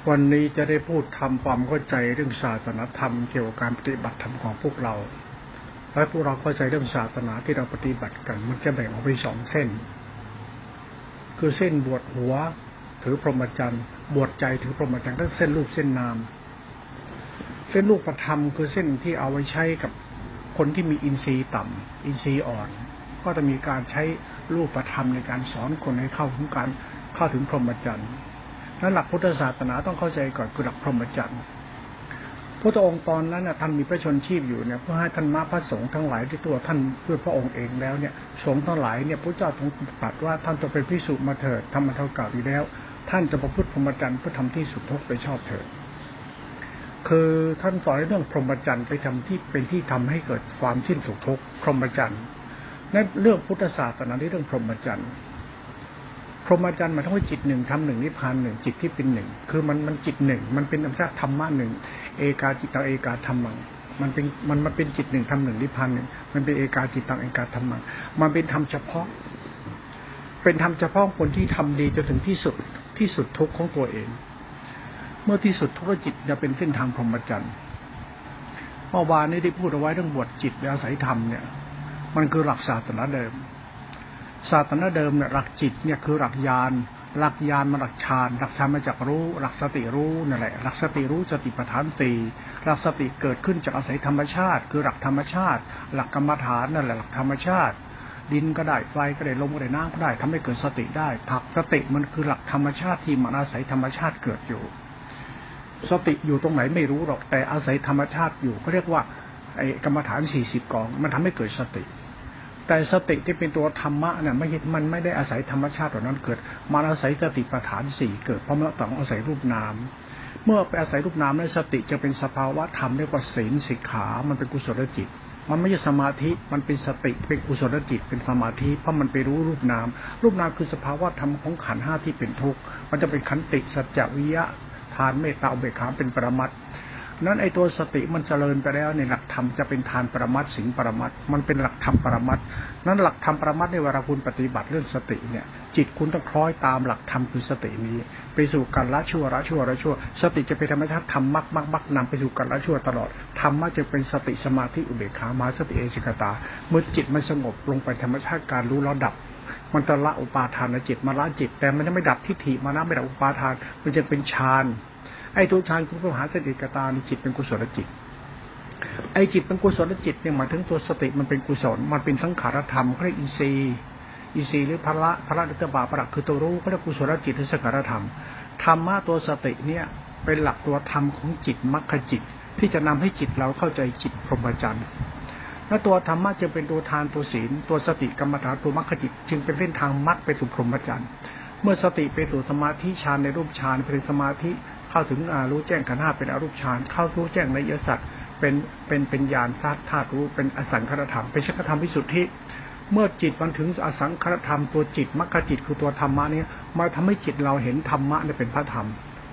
วันนี้จะได้พูดทำความเข้าใจเรื่องศาสนธรรมเกี่ยวกับการปฏิบัติธรรมของพวกเราและพวกเราเข้าใจเรื่องศาสนาที่เราปฏิบัติกันมันจะแบ่งออกเป็น2 เส้นคือเส้นบวชหัวถือพรหมจรรย์บวชใจถือพรหมจรรย์ก็เส้นรูปเส้นนามเส้นรูปธรรมคือเส้นที่เอาไว้ใช้กับคนที่มีอินทรีย์ต่ำอินทรีย์อ่อนก็จะมีการใช้รูปธรรมในการสอนคนให้เข้าถึงพรหมจรรย์นั้นหลักพุทธศาสนาต้องเข้าใจก่อนคือหลักพรหมจรรย์พระองค์ตอนนั้นท่านมีพระชนชีพอยู่เนี่ยเพื่อให้ท่านมาพระสงฆ์ทั้งหลายที่ตัวท่านด้วยพระองค์เองแล้วเนี่ยสงฆ์ทั้งหลายเนี่ยพระเจ้าทรงตรัสว่าท่านจะเป็นภิกษุมาเถิดทำมาเท่าเก่าอยู่แล้วท่านจะประพฤติพรหมจรรย์เพื่อทำที่สุดทุกข์ไปชอบเถิดคือท่านสอนเรื่องพรหมจรรย์ไปทำที่เป็นที่ทำให้เกิดความสิ้นสุดทุกข์พรหมจรรย์นั่นเรื่องพุทธศาสนาที่เรื่องพรหมจรรย์พรหมจรรย์หมายถึงว่าจิตหนึ่งทำหนึ่งนิพพานหนึ่งจิตที่เป็นหนึ่งคือมันจิตหนึ่งมันเป็นธรรมะหนึ่งเอกาจิตังเอกาธรรมังมันเป็นจิตหนึ่งทำหนึ่งนิพพานหนึ่งมันเป็นเอกาจิตังเอกาธรรมังมันเป็นธรรมเฉพาะเป็นธรรมเฉพาะคนที่ทำดีจนถึงที่สุดทุกข์ของตัวเองเมื่อที่สุดทุกข์จิตจะเป็นเส้นทางพรหมจรรย์เมื่อวานนี้ได้พูดเอาไว้เรื่องบวชจิตและอาศัยธรรมเนี่ยมันคือหลักศาสนาเดิมศาสนาเดิมเนี่ยหลักจิตเนี่ยคือหลักญาณมาหลักฌานหลักฌานมาจากรู้หลักสติรู้นั่นแหละหลักสติรู้สติปัฏฐาน4หลักสติเกิดขึ้นจากอาศัยธรรมชาติคือหลักธรรมชาติหลักกรรมฐานนั่นแหละหลักธรรมชาติดินก็ได้ไฟก็ได้ลมก็ได้น้ำก็ได้ทำให้เกิดสติได้ผักสติมันคือหลักธรรมชาติที่มันอาศัยธรรมชาติเกิดอยู่สติอยู่ตรงไหนไม่รู้หรอกแต่อาศัยธรรมชาติอยู่เขาเรียกว่าไอ้กรรมฐาน40 กองมันทำให้เกิดสติแต่สติที่เป็นตัวธรรมะเนี่ยมันไม่ได้อาศัยธรรมชาติเหล่านั้นเกิดมันอาศัยสติปัฏฐาน4เกิดเพราะมันต้องอาศัยรูปนามเมื่อไปอาศัยรูปนามแล้วสติจะเป็นสภาวะธรรมเรียกว่าศีลสิกขามันเป็นกุศลจิตมันไม่ใช่สมาธิมันเป็นสติเป็นกุศลจิตเป็นสมาธิเพราะมันไปรู้รูปนามคือสภาวะธรรมของขันธ์5ที่เป็นทุกข์มันจะเป็นขันติสัจจวิริยะทานเมตตาอุเบกขาเป็นปรมัตถ์นั้นไอ้ตัวสติมันเจริญไปแล้วในหลักธรรมจะเป็นทานปรมัตถ์ศีลปรมัตถ์มันเป็นหลักธรรมปรมัตถ์นั้นหลักธรรมปรมัตถ์ในเวลาคุณปฏิบัติเรื่องสติเนี่ยจิตคุณต้องคล้อยตามหลักธรรมคือสตินี้ไปสู่การละชั่วสติจะเป็นธรรมชาติธรรมมรรคนำไปสู่การละชั่วตลอดธรรมะจะเป็นสติสมาธิอุเบกขามหาสติเอสิกตาเมื่อจิตมันสงบลงไปธรรมชาติการรู้แล้วดับมันจะละอุปาทานจิตมาละจิตแต่มันจะไม่ดับทิฏฐิมานะไม่ดับอุปาทานมันจะเป็นฌานไอ้ตัวฌานคือมหาสติกตาในจิตเป็นกุศลจิตไอ้จิตเป็นกุศลจิตเนี่ยหมายถึงตัวสติมันเป็นกุศลมันเป็นสังขารธรรมเขาเรียกอินทรีย์หรือพละนิตบาปรักคือตัวรู้เขาเรียกกุศลจิตหรือสังขารธรรมธรรมะตัวสติเนี่ยเป็นหลักตัวธรรมของจิตมรรคจิตที่จะนำให้จิตเราเข้าใจจิตพรหมจรรย์และตัวธรรมะจะเป็นตัวทานตัวศีลตัวสติกรรมฐานตัวมรรคจิตจึงเป็นเส้นทางมรรคไปสู่พรหมจรรย์เมื่อสติไปสู่สมาธิฌานในรูปฌานเป็นสมาธิเข้าถึงรู้แจ้งขันธ์5เป็นอรูปฌานเข้ารู้แจ้งในยสัตว์เป็นญาณธาตุรู้เป็นอสังขารธรรมเป็นฌานธรรมวิสุทธิเมื่อจิตมันถึงอสังขารธรรมตัวจิตมรรคจิตคือตัวธรรมะนี้มาทำให้จิตเราเห็นธรรมะเนี่ยเป็นพระธรรม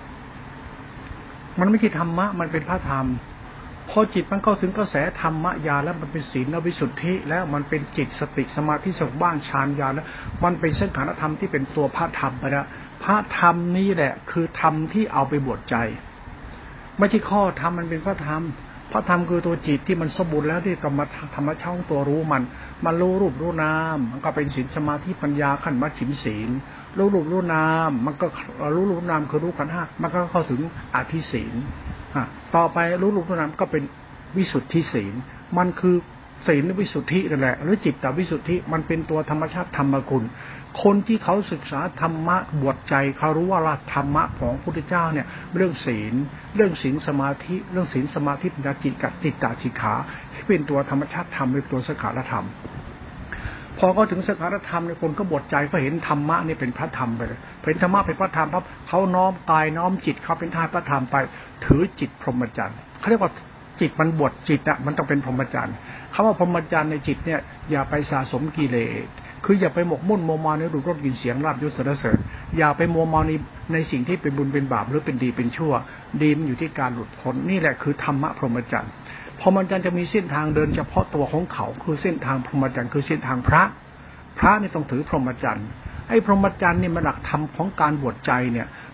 มันไม่ใช่ธรรมะมันเป็นพระธรรมพอจิตมันเข้าถึงกระแสธรรมะญาณแล้วมันเป็นศีลวิสุทธิแล้วมันเป็นจิตสติสมาธิสงบบ้านฌานญาณแล้วมันเป็นสังขารธรรมที่เป็นตัวพระธรรมไปแล้วพระธรรมนี้แหละคือธรรมที่เอาไปบวชใจไม่ใช่ข้อธรรมมันเป็นพระธรรมคือตัวจิตที่มันสมบูรณ์แล้วที่กรรมธรรมชาติตัวรู้มันรู้รูปรู้นามมันก็เป็นศีลสมาธิปัญญาขั้นมัชฌิมศีลรู้รูปรู้นามมันก็รู้รูปนามคือรู้ขันธ์5มันก็เข้าถึงอธิศีลต่อไปรู้รูปรู้นามก็เป็นวิสุทธิศีลมันคือศีลวิสุทธินั่นแหละหรือจิตตวิสุทธิมันเป็นตัวธรรมชาติธรรมคุณคนที่เขาศึกษาธรรมะบวชใจเขารู้ว่าธรรมะของพระพุทธเจ้าเนี่ยเรื่องศีลสมาธิเรื่องศีลสมาธิปัญญาจิตกับจิตตสิกขาที่เป็นตัวธรรมชาติธรรมเป็นตัวสังขารธรรมพอเขาถึงสังขารธรรมเนี่ยคนก็บวชใจก็เห็นธรรมะนี่เป็นพระธรรมไปเลยเป็นธรรมะเป็นพระธรรมปั๊บเขาน้อมกายน้อมจิตเขาเป็นธาตุพระธรรมไปถือจิตพรหมจรรย์เขาเรียกว่าจิตมันบวชจิตมันต้องเป็นพรหมจรรย์คำว่าพรหมจรรย์ในจิตเนี่ยอย่าไปสะสมกิเลสคืออย่าไปหมกมุ่นมัวเมาในรูปรสกลิ่นเสียงลาภยศสรรเสริญอย่าไปมัวเมาในสิ่งที่เป็นบุญเป็นบาปหรือเป็นดีเป็นชั่วดีมันอยู่ที่การหลุดพ้นนี่แหละคือธรรมะพรหมจรรย์พรหมจรรย์จะมีเส้นทางเดินเฉพาะตัวของเขาคือเส้นทางพรหมจรรย์คือเส้นทางพระนี่ต้องถือพรหมจรรย์ไอ้พรหมจรรย์นี่มันหลักธรรมของการบวชใจเนี่ย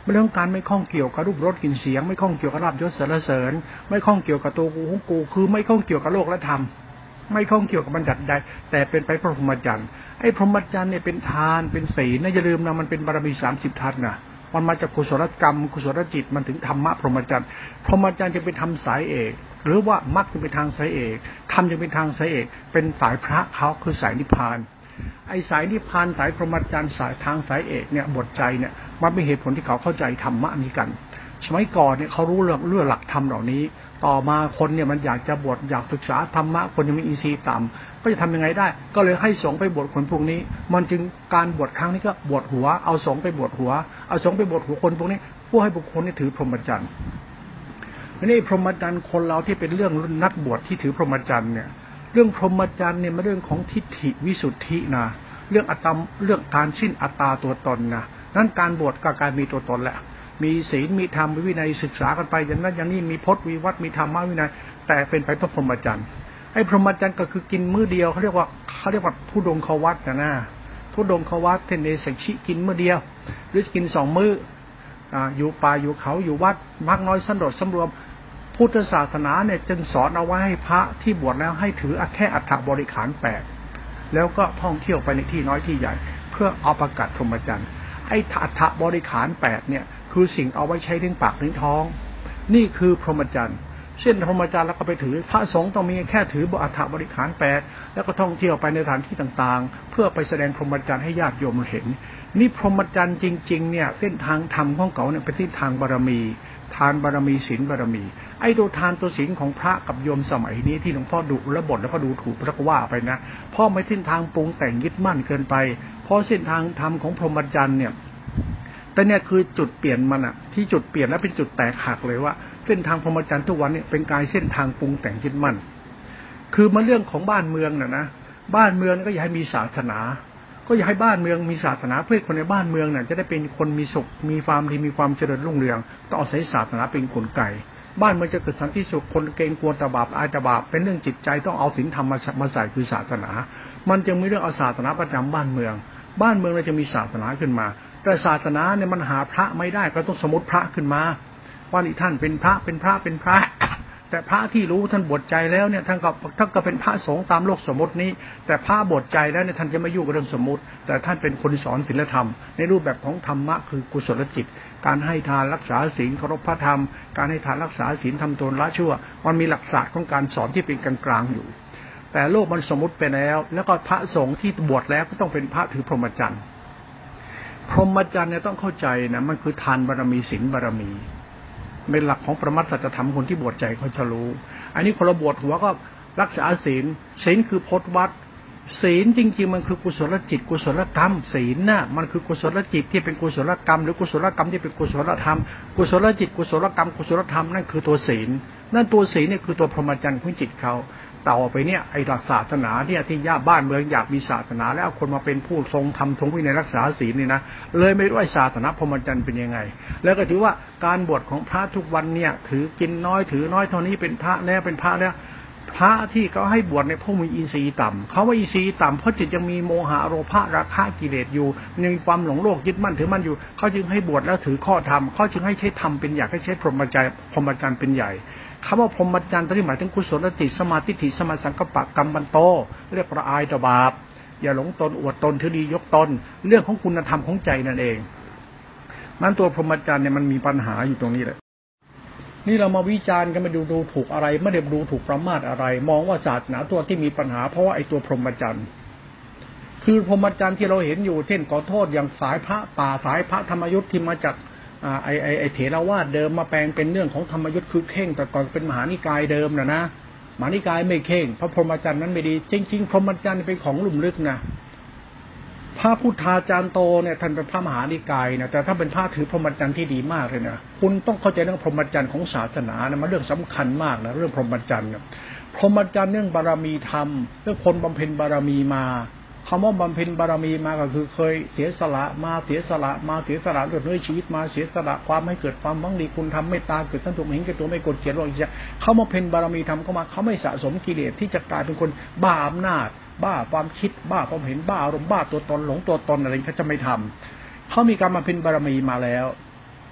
เรื่องการไม่ข้องเกี่ยวกับรูปรสกลิ่นเสียงไม่ข้องเกี่ยวกับลาภยศสรรเสริญไม่ข้องเกี่ยวกับตัวกูของกูคือไม่ข้องเกี่ยวกับโลกและธรรมไม่ข้องเกี่ยวกับบัญญัติใดแต่เป็นไปพระพรหมจรรย์ไอ้พรหมจรรย์เนี่ยเป็นทานเป็นศีลนะอย่าลืมนะมันเป็นบารมี30ทัศนะมันมาจากกุศลกรรมกุศลจิตมันถึงธรรมะพรหมจรรย์พรหมจรรย์จะเป็นธรรมสายเอกหรือว่ามรรคจะเป็นทางสายเอกธรรมจะเป็นทางสายเอกเป็นสายพระเขาคือสายนิพพานไอ้สายนิพพานสายพรหมจรรย์สายทางสายเอกเนี่ยบทใจเนี่ยมันเป็นเหตุผลที่เขาเข้าใจธรรมะนี้กันสมัยก่อนเนี่ยเขารู้เรื่องหลักธรรมเหล่านี้ต่อมาคนเนี่ยมันอยากจะบวชอยากศึกษาธรรมะคนยังมีอินทรีย์ต่ำก็จะทำยังไงได้ก็เลยให้สงฆ์ไปบวชคนพวกนี้มันจึงการบวชครั้งนี้ก็บวชหัวเอาสงฆ์ไปบวชหัวเอาสงฆ์ไปบวชหัวคนพวกนี้ผู้ให้บุคคลนี่ถือพรหมจรรย์นี่พรหมจรรย์คนเราที่เป็นเรื่องนักบวชที่ถือพรหมจรรย์เนี่ยเรื่องพรหมจรรย์เนี่ยมันเรื่องของทิฏฐิวิสุทธินะเรื่องอัตตาเรื่องการสิ้นอัตตาตัวตนนะนั้นการบวชก็การมีตัวตนแหละมีศีลมีธรรมวินัยศึกษากันไปอย่างนั้นอย่างนี้มีพจน์วิวัตรมีธรรมะวินัยแต่เป็นไปเพื่อพรหมจรรย์ไอ้พรหมจรรย์ก็คือกินมื้อเดียวเขาเรียกว่าทุดงควัตนะทุดงควัตเทเนสักชิกินมื้อเดียวหรือกิน2มื้ออยู่ป่าอยู่เขาอยู่วัดมากน้อยสันโดษสำรวมพุทธศาสนาเนี่ยจึงสอนเอาไว้ให้พระที่บวชแล้วให้ถือแค่อัฐบริขาร8แล้วก็ท่องเที่ยวไปในที่น้อยที่ใหญ่เพื่อเอาประกาศพรหมจรรย์ไอ้อัฐบริขาร8เนี่ยคือสิ่งเอาไว้ใช้เลี้ยงปากเลี้ยงท้องนี่คือพรหมจรรย์เช่นพรหมจรรย์แล้วก็ไปถือพระสงฆ์ต้องมีแค่ถืออัฐบริขาร8แล้วก็ท่องเที่ยวไปในสถานที่ต่างๆเพื่อไปแสดงพรหมจรรย์ให้ญาติโยมเห็นนี่พรหมจรรย์จริงๆเนี่ยเส้นทางธรรมของเขาเนี่ยเป็นเส้นทางบารมีทานบารมีศีลบารมีไอ้ตัวทานตัวศีลของพระกับโยมสมัยนี้ที่หลวงพ่อดุและบ่นแล้วก็ดูถูกแล้วก็ว่าไปนะเพราะไม่เส้นทางปรุงแต่งยึดมั่นเกินไปเพราะเส้นทางธรรมของพรหมจรรย์เนี่ยแต่เนี่ยคือจุดเปลี่ยนมันอะที่จุดเปลี่ยนและเป็นจุดแตกหักเลยว่าเส้นทางพรหมจรรย์ทุกวันเนี่ยเป็นการเส้นทางปรุงแต่งยึดมั่นคือมันเรื่องของบ้านเมืองนะบ้านเมืองก็อยากให้มีศาสนาก็อยากให้บ้านเมืองมีศาสนาเพื่อคนในบ้านเมืองเนี่ยจะได้เป็นคนมีสุขมีความดีมีความเจริญรุ่งเรืองต้องอาศัยศาสนาเป็นกลไกบ้านเมืองจะเกิดสันติสุขคนเกรงกลัวตบาปอายตบาปเป็นเรื่องจิตใจต้องเอาศีลธรรมมาใส่คือศาสนามันจึงมีเรื่องเอาศาสนาประจำบ้านเมืองเราจะมีศาสนาขึ้นมาแต่ศาสนาเนี่ยมันหาพระไม่ได้ก็ต้องสมมติพระขึ้นมาว่านี่ท่านเป็นพระแต่พระที่รู้ท่านบวชใจแล้วเนี่ยท่านก็เป็นพระสงฆ์ตามโลกสมมตินี้แต่พระบวชใจแล้วเนี่ยท่านจะไม่ยุ่งกับเรื่องสมมติแต่ท่านเป็นคนสอนศีลธรรมในรูปแบบของธรรมะคือกุศลจิตการให้ทานรักษาศีลเคารพพระธรรมการให้ทานรักษาศีลทำตนละชั่วมันมีหลักศาสตร์ของการสอนที่เป็นกลางๆอยู่แต่โลกมันสมมติไปแล้วก็พระสงฆ์ที่บวชแล้วก็ต้องเป็นพระถือพรหมจรรย์เนี่ยต้องเข้าใจนะมันคือทานบารมีศีลบารมีเป็นหลักของประมัตสัจธรรมคนที่บวชใจเขาจะรู้อันนี้คนละบวชหัวก็รักษาศีลคือพจน์วัดศีลจริงๆมันคือกุศลจิตกุศลกรรมศีลน่ะมันคือกุศลจิตที่เป็นกุศลกรรมหรือกุศลกรรมที่เป็นกุศลธรรมกุศลจิตกุศลกรรมกุศลธรรมนั่นคือตัวศีลนั่นตัวศีลเนี่ยคือตัวพรหมจรรย์ของจิตเขาต่อไปเนี่ยไอ้หลักศาสนาเนี่ยที่ญาติบ้านเมืองอยากมีศาสนาแล้วเอาคนมาเป็นผู้ทรงธรรมทรงวินัยรักษาศีลนี่นะเลยไม่รู้ไอ้ศาสนาพรหมจรรย์เป็นยังไงแล้วก็ถือว่าการบวชของพระทุกวันเนี่ยถือกินน้อยถือน้อยเท่านี้เป็นพระแล้วพระที่เขาให้บวชในพวกมีอินทรีย์ต่ำเขาว่าอินทรีย์ต่ำเพราะจิตยังมีโมหะโลภะราคะกิเลสอยู่ยังมีความหลงโลกยึดมั่นถือมั่นอยู่เขาจึงให้บวชแล้วถือข้อธรรมเขาจึงให้ใช้ธรรมเป็นใหญ่ให้ใช้พรหมจรรย์เป็นใหญ่คำว่าพรหมจรรย์ตรงนี้หมายถึงกุศลจิตสมาธิสมาสังกัปปะกรรมบันโตเรียกว่าอายตบาปอย่าหลงตนอวดตนถือดียกตนเรื่องของคุณธรรมของใจนั่นเองนั้นตัวพรหมจรรย์เนี่ยมันมีปัญหาอยู่ตรงนี้แหละนี่เรามาวิจารณ์กันมาดูถูกอะไรไม่ได้ดูถูกประมาทอะไรมองว่าศาสนาตัวที่มีปัญหาเพราะว่าไอ้ตัวพรหมจรรย์คือพรหมจรรย์ที่เราเห็นอยู่เช่นขอโทษอย่างสายพระป่าสายพระธรรมยุทธ์ที่มาจากไอเถรวาทเดิมมาแปลงเป็นเรื่องของธรรมยุทธ์คือเข่งแต่ก่อนเป็นมหานิกายเดิมนะมหานิกายไม่เข่งเพราะพรหมจรรย์นั้นไม่ดีจริงๆพรหมจรรย์เป็นของลุ่มลึกนะพระพุทธาจารย์โตเนี่ยท่านเป็นพระมหานิกายนะแต่ถ้าเป็นพระถือพรหมจรรย์ที่ดีมากเลยนะคุณต้องเข้าใจเรื่องพรหมจรรย์ของศาสนานะมันเรื่องสำคัญมากนะเรื่องพรหมจรรย์พรหมจรรย์เรื่องบารมีธรรมเรื่องคนบำเพ็ญบารมีมาคำว่าบำเพ็ญบารมีมาก็คือเคยเสียสละเลือดเนื้อชีวิตมาเสียสละความให้เกิดความหวังดีคุณทำไม่ตาเกิดสันตุเห็นแก่ตัวไม่กดเกลียดหรอกจะเขามาเพ็ญบารมีทำเข้ามาเขาไม่สะสมกิเลสที่จะกลายเป็นคนบ้าอำนาจบ้าความคิดบ้าความเห็นบ้าอารมณ์บ้าตัวตนหลงตัวตนอะไรเขาจะไม่ทำเขามีการมาเพ็ญบารมีมาแล้ว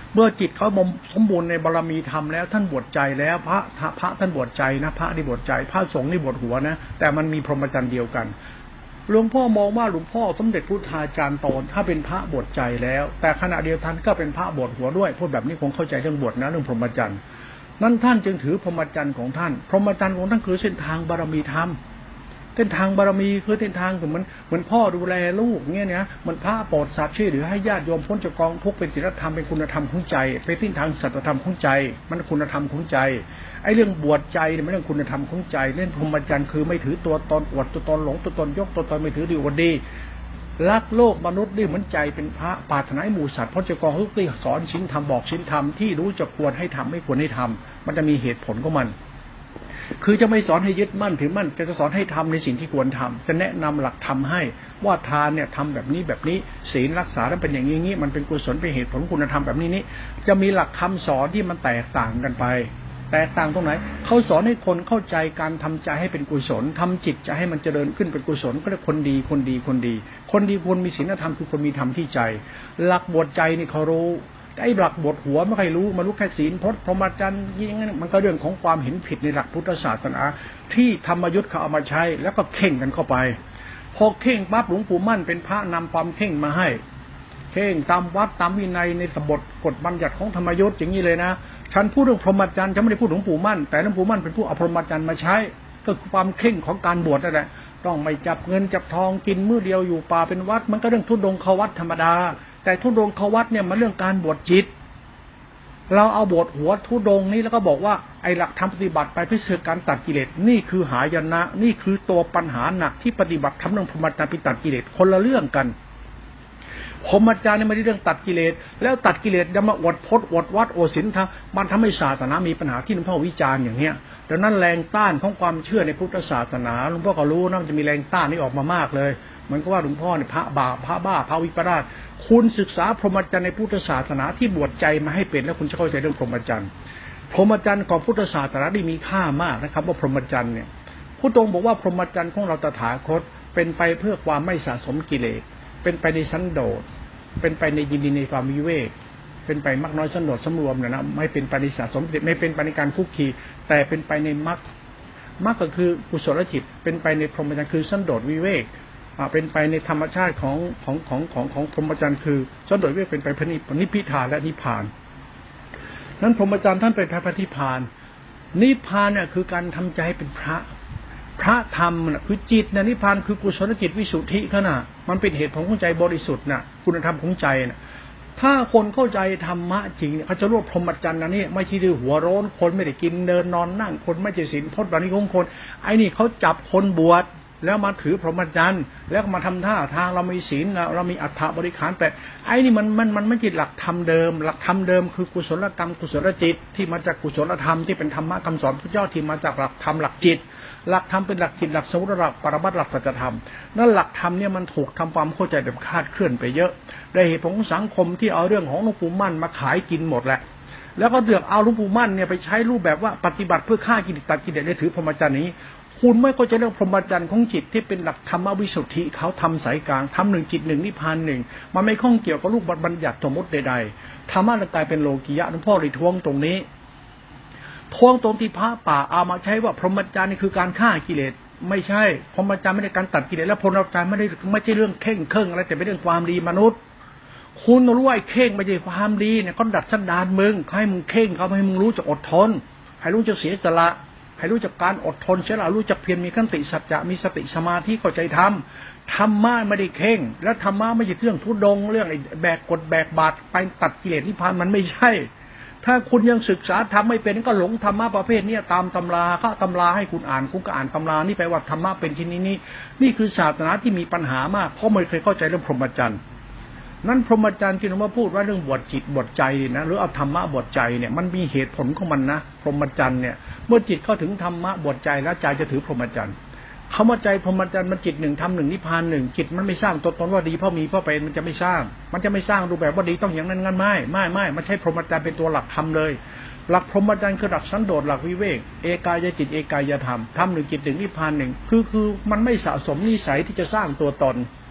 เมื่อจิตเขาสมบูรณ์ในบารมีธรรมแล้วท่านบวชใจแล้วพระท่านบวชใจนะพระนี่บวชใจพระสงฆ์นี่บวชหัวนะแต่มันมีพรหมจรรย์เดียวกันหลวงพ่อมองว่าหลวงพ่อสมเด็จพุทธาจารย์โตถ้าเป็นพระบวชใจแล้วแต่ขณะเดียวกันก็เป็นพระบวชหัวด้วยพูดแบบนี้คงเข้าใจเรื่องบวชนะเรื่องพรหมจรรย์นั้นท่านจึงถือพรหมจรรย์ของท่านพรหมจรรย์ของท่านคือเส้นทางบารมีธรรมเส้นทางบารมีคือเส้นทางเหมือนพ่อดูแลลูกเงี้ยเนี่ยเหมือนพระโปรดสัตว์ช่วยเหลือให้ญาติโยมพ้นจากกองทุกข์เป็นศีลธรรมเป็นคุณธรรมของใจเป็นเส้นทางสัจธรรมของใจมันคุณธรรมของใจไอ้เรื่องบวชใจเนี่ยมันเรื่องคุณธรรมของใจเรื่องพรหมจรรย์คือไม่ถือตัวตนอวดตัวตนหลงตัวตนยกตัวตนไม่ถือดีอวดดีรักโลกมนุษย์นี่เหมือนใจเป็นพระปรารถนาหมู่สัตว์พ้นจากกองทุกข์ที่สอนชิ้นธรรมบอกชิ้นธรรมที่รู้จะควรให้ทำไม่ควรให้ทำมันจะมีเหตุผลของมันคือจะไม่สอนให้ยึดมั่นถือมั่นจะสอนให้ทำในสิ่งที่ควรทำจะแนะนำหลักธรรมให้ว่าทานเนี่ยทำแบบนี้แบบนี้ศีลรักษาแล้วเป็นอย่างนี้มันเป็นกุศลเป็นเหตุผลคุณธรรมแบบนี้จะมีหลักคำสอนที่มันแตกต่างกันไปแตกต่างตรงไหนเขาสอนให้คนเข้าใจการทำใจให้เป็นกุศลทำจิตจะให้มันเจริญขึ้นเป็นกุศลก็เรียกคนดีคนควรมีศีลธรรมคือคนมีธรรมที่ใจหลักบวชใจนี่เขารู้ไอ้หลักบทหัวไม่ใครรู้มารู้แค่ศีลพจน์พรหมจรรย์ยิ่งนั้นมันก็เรื่องของความเห็นผิดในหลักพุทธศาสนาที่ธรรมยุทธ์เขาเอามาใช้แล้วก็เข่งกันเข้าไปพอเข่งปั๊บหลวงปู่มั่นเป็นพระนำความเข่งมาให้เข่งตามวัดตามวินัยในสบทกฎบัญญัติของธรรมยุทธ์อย่างนี้เลยนะฉันพูดเรื่องพรหมจรรย์ฉันไม่ได้พูดหลวงปู่มั่นแต่หลวงปู่มั่นเป็นผู้เอาพรหมจรรย์มาใช้ก็คือความเข่งของการบวชนั่นแหละต้องไม่จับเงินจับทองกินมื้อเดียวอยู่ป่าเป็นวัดมันก็เรื่องทุดงควัดธรรมดาแต่ทุดงควัดเนี่ยมันเรื่องการบวชจิตเราเอาบทหัวทุดงนี้แล้วก็บอกว่าไอ้หลักธรรมปฏิบัติไปเพื่อการตัดกิเลสนี่คือหายนะนี่คือตัวปัญหาหนักที่ปฏิบัติทำเรื่องพรหมจรรย์ไปตัดกิเลสคนละเรื่องกันพรหมจรรย์เนี่ยไม่ได้เรื่องตัดกิเลสแล้วตัดกิเลสจะมาอวดพจน์อวดวัดอวดศีลธรรมมันทำให้ศาสนามีปัญหาที่หลวงพ่อวิจารณ์อย่างเนี้ยดังนั้นแรงต้านของความเชื่อในพุทธศาสนาหลวงพ่อก็รู้นะมันจะมีแรงต้านนี้ออกมามากเลยเหมือนกับว่าหลวงพ่อเนี่ยพระบาปพระบ้าพระวิปลาสคุณศึกษาพรหมจรรย์ในพุทธศาสนาที่บวชใจมาให้เป็นแล้วคุณจะเข้าใจเรื่องพรหมจรรย์พรหมจรรย์ของพุทธศาสนาที่มีค่ามากนะครับว่าพรหมจรรย์เนี่ยผู้ตรงบอกว่าพรหมจรรย์ของเราตถาคตเป็นไปเพื่อความไม่สะสมกิเลสเป็นไปในสันโดษเป็นไปในยินดีในความวิเวกเป็นไปมากน้อยสันโดษสำรวมนะไม่เป็นไปในสะสมกิเลสไม่เป็นไปในการคุกคีแต่เป็นไปในมรรคก็คือกุศลจิตเป็นไปในพรหมจรรย์คือสันโดษวิเวกเป็นไปในธรรมชาติของพรหมจรรย์คือสันโดษวิเวกเป็นไปพระนิพพานและนิพพานนั้นพรหมจรรย์ท่านเป็นพระนิพพานนิพพานเนี่ยคือการทำใจให้เป็นพระธรรมน่ะคือจิตนะนิพพานคือกุศลจิตวิสุทธิขณะมันเป็นเหตุผลของใจบริสุทธิ์น่ะคุณธรรมของใจน่ะถ้าคนเข้าใจธรรมะจริงเนี่ยเขาจะรู้พรหมจรรย์นะนี่ไม่ใช่ดื้อหัวโร้นคนไม่ได้กินเดินนอนนั่งคนไม่ใช่ศีลพจน์แบบนี้ของคนไอ้นี่เขาจับคนบวชแล้วมาถือพรหมจรรย์แล้วมาทำท่าทางเรามีศีลเรามีอัฏฐบริขารแต่ไอ้นี่มันไม่ใช่หลักธรรมเดิมหลักธรรมเดิมคือกุศลกรรมกุศลจิตที่มาจากกุศลธรรมที่เป็นธรรมะคำสอนพระเจ้าที่มาจากหลักธรรมหลักจิตหลักธรรมเป็นหลักจิตหลักสมุติหลักปรมัตถ์หลักสัจธรรมนั่นหลักธรรมเนี่ยมันถูกทำความเข้าใจแบบคลาดเคลื่อนไปเยอะได้เหตุผลของสังคมที่เอาเรื่องของหลวงปู่มั่นมาขายกินหมดแหละแล้วก็เลือกเอาหลวงปู่มั่นเนี่ยไปใช้รูปแบบว่าปฏิบัติเพื่อฆ่ากิเลสตัดกิเลสได้ถือพรหมจรรย์นี้คุณไม่เข้าใจเรื่องพรหมจรรย์ของจิตที่เป็นหลักธรรมวิสุทธิเขาทำสายกลางทำหนึ่งจิตหนึ่งนิพพานหนึ่งมันไม่ข้องเกี่ยวกับรูปบัญญัติสมมติใดๆธรรมะกลายเป็นโลกิยะหลวงพ่อเลยท้วงตรงนี้ท้วงตรงที่พระป่าเอามาใช้ว่าพรหมจรรย์นี่คือการฆ่ากิเลสไม่ใช่พรหมจรรย์ไม่ได้การตัดกิเลสและพรหมจรรย์ไม่ใช่เรื่องเข่งเคร่งอะไรแต่เป็นเรื่องความดีมนุษย์คุณรู้ว่าไอ้เข่งไม่ใช่ความดีเนี่ยก็ดัดสันดานมึงให้มึงเข่งเขาให้มึงรู้จักอดทนให้รู้จักเสียสละให้รู้จักการอดทนเสียสละรู้จักเพียรมีขันติสัจจะมีสติสมาธิเข้าใจธรรมะไม่ได้เข่งและธรรมะไม่ใช่เรื่องทุดงเรื่องไอ้แบกกฎแบกบาตรไปตัดกิเลสนิพพานมันไม่ใช่ถ้าคุณยังศึกษาธรรมไม่เป็นก็หลงธรรมะประเภทนี้ตามตำราเขาตำราให้คุณอ่านคุณก็อ่านตำรานี่แปลว่าธรรมะเป็นที่นี้นี่คือศาสนาที่มีปัญหามากเพราะไม่เคยเข้าใจเรื่องพรหมจรรย์นั่นพรหมจรรย์ที่หลวงพ่อพูดว่าเรื่องบวชจิตบวชใจนะหรือเอาธรรมะบวชใจเนี่ยมันมีเหตุผลของมันนะพรหมจรรย์เนี่ยเมื่อจิตเข้าถึงธรรมะบวชใจแล้วใจจะถือพรหมจรรย์คำว่าใจพรหมจรรย์มันจิตหนึ่งทำหนึ่งนิพพานหนึ่งจิตมันไม่สร้างตัวตนว่าดีเพราะมีเพราะเป็นมันจะไม่สร้างรูปแบบว่าดีต้องอย่างนั้นงั้นไม่มันใช่พรหมจรรย์เป็นตัวหลักธรรมเลยหลักพรหมจรรย์คือหลักสันโดษหลักวิเวกเอกายจิตเอกายธรรมทำหนึ่งจิตหนึ่งนิพพานหนึ่งคือมันไม่สะสมนิสัยที่จะสร้างตัวตน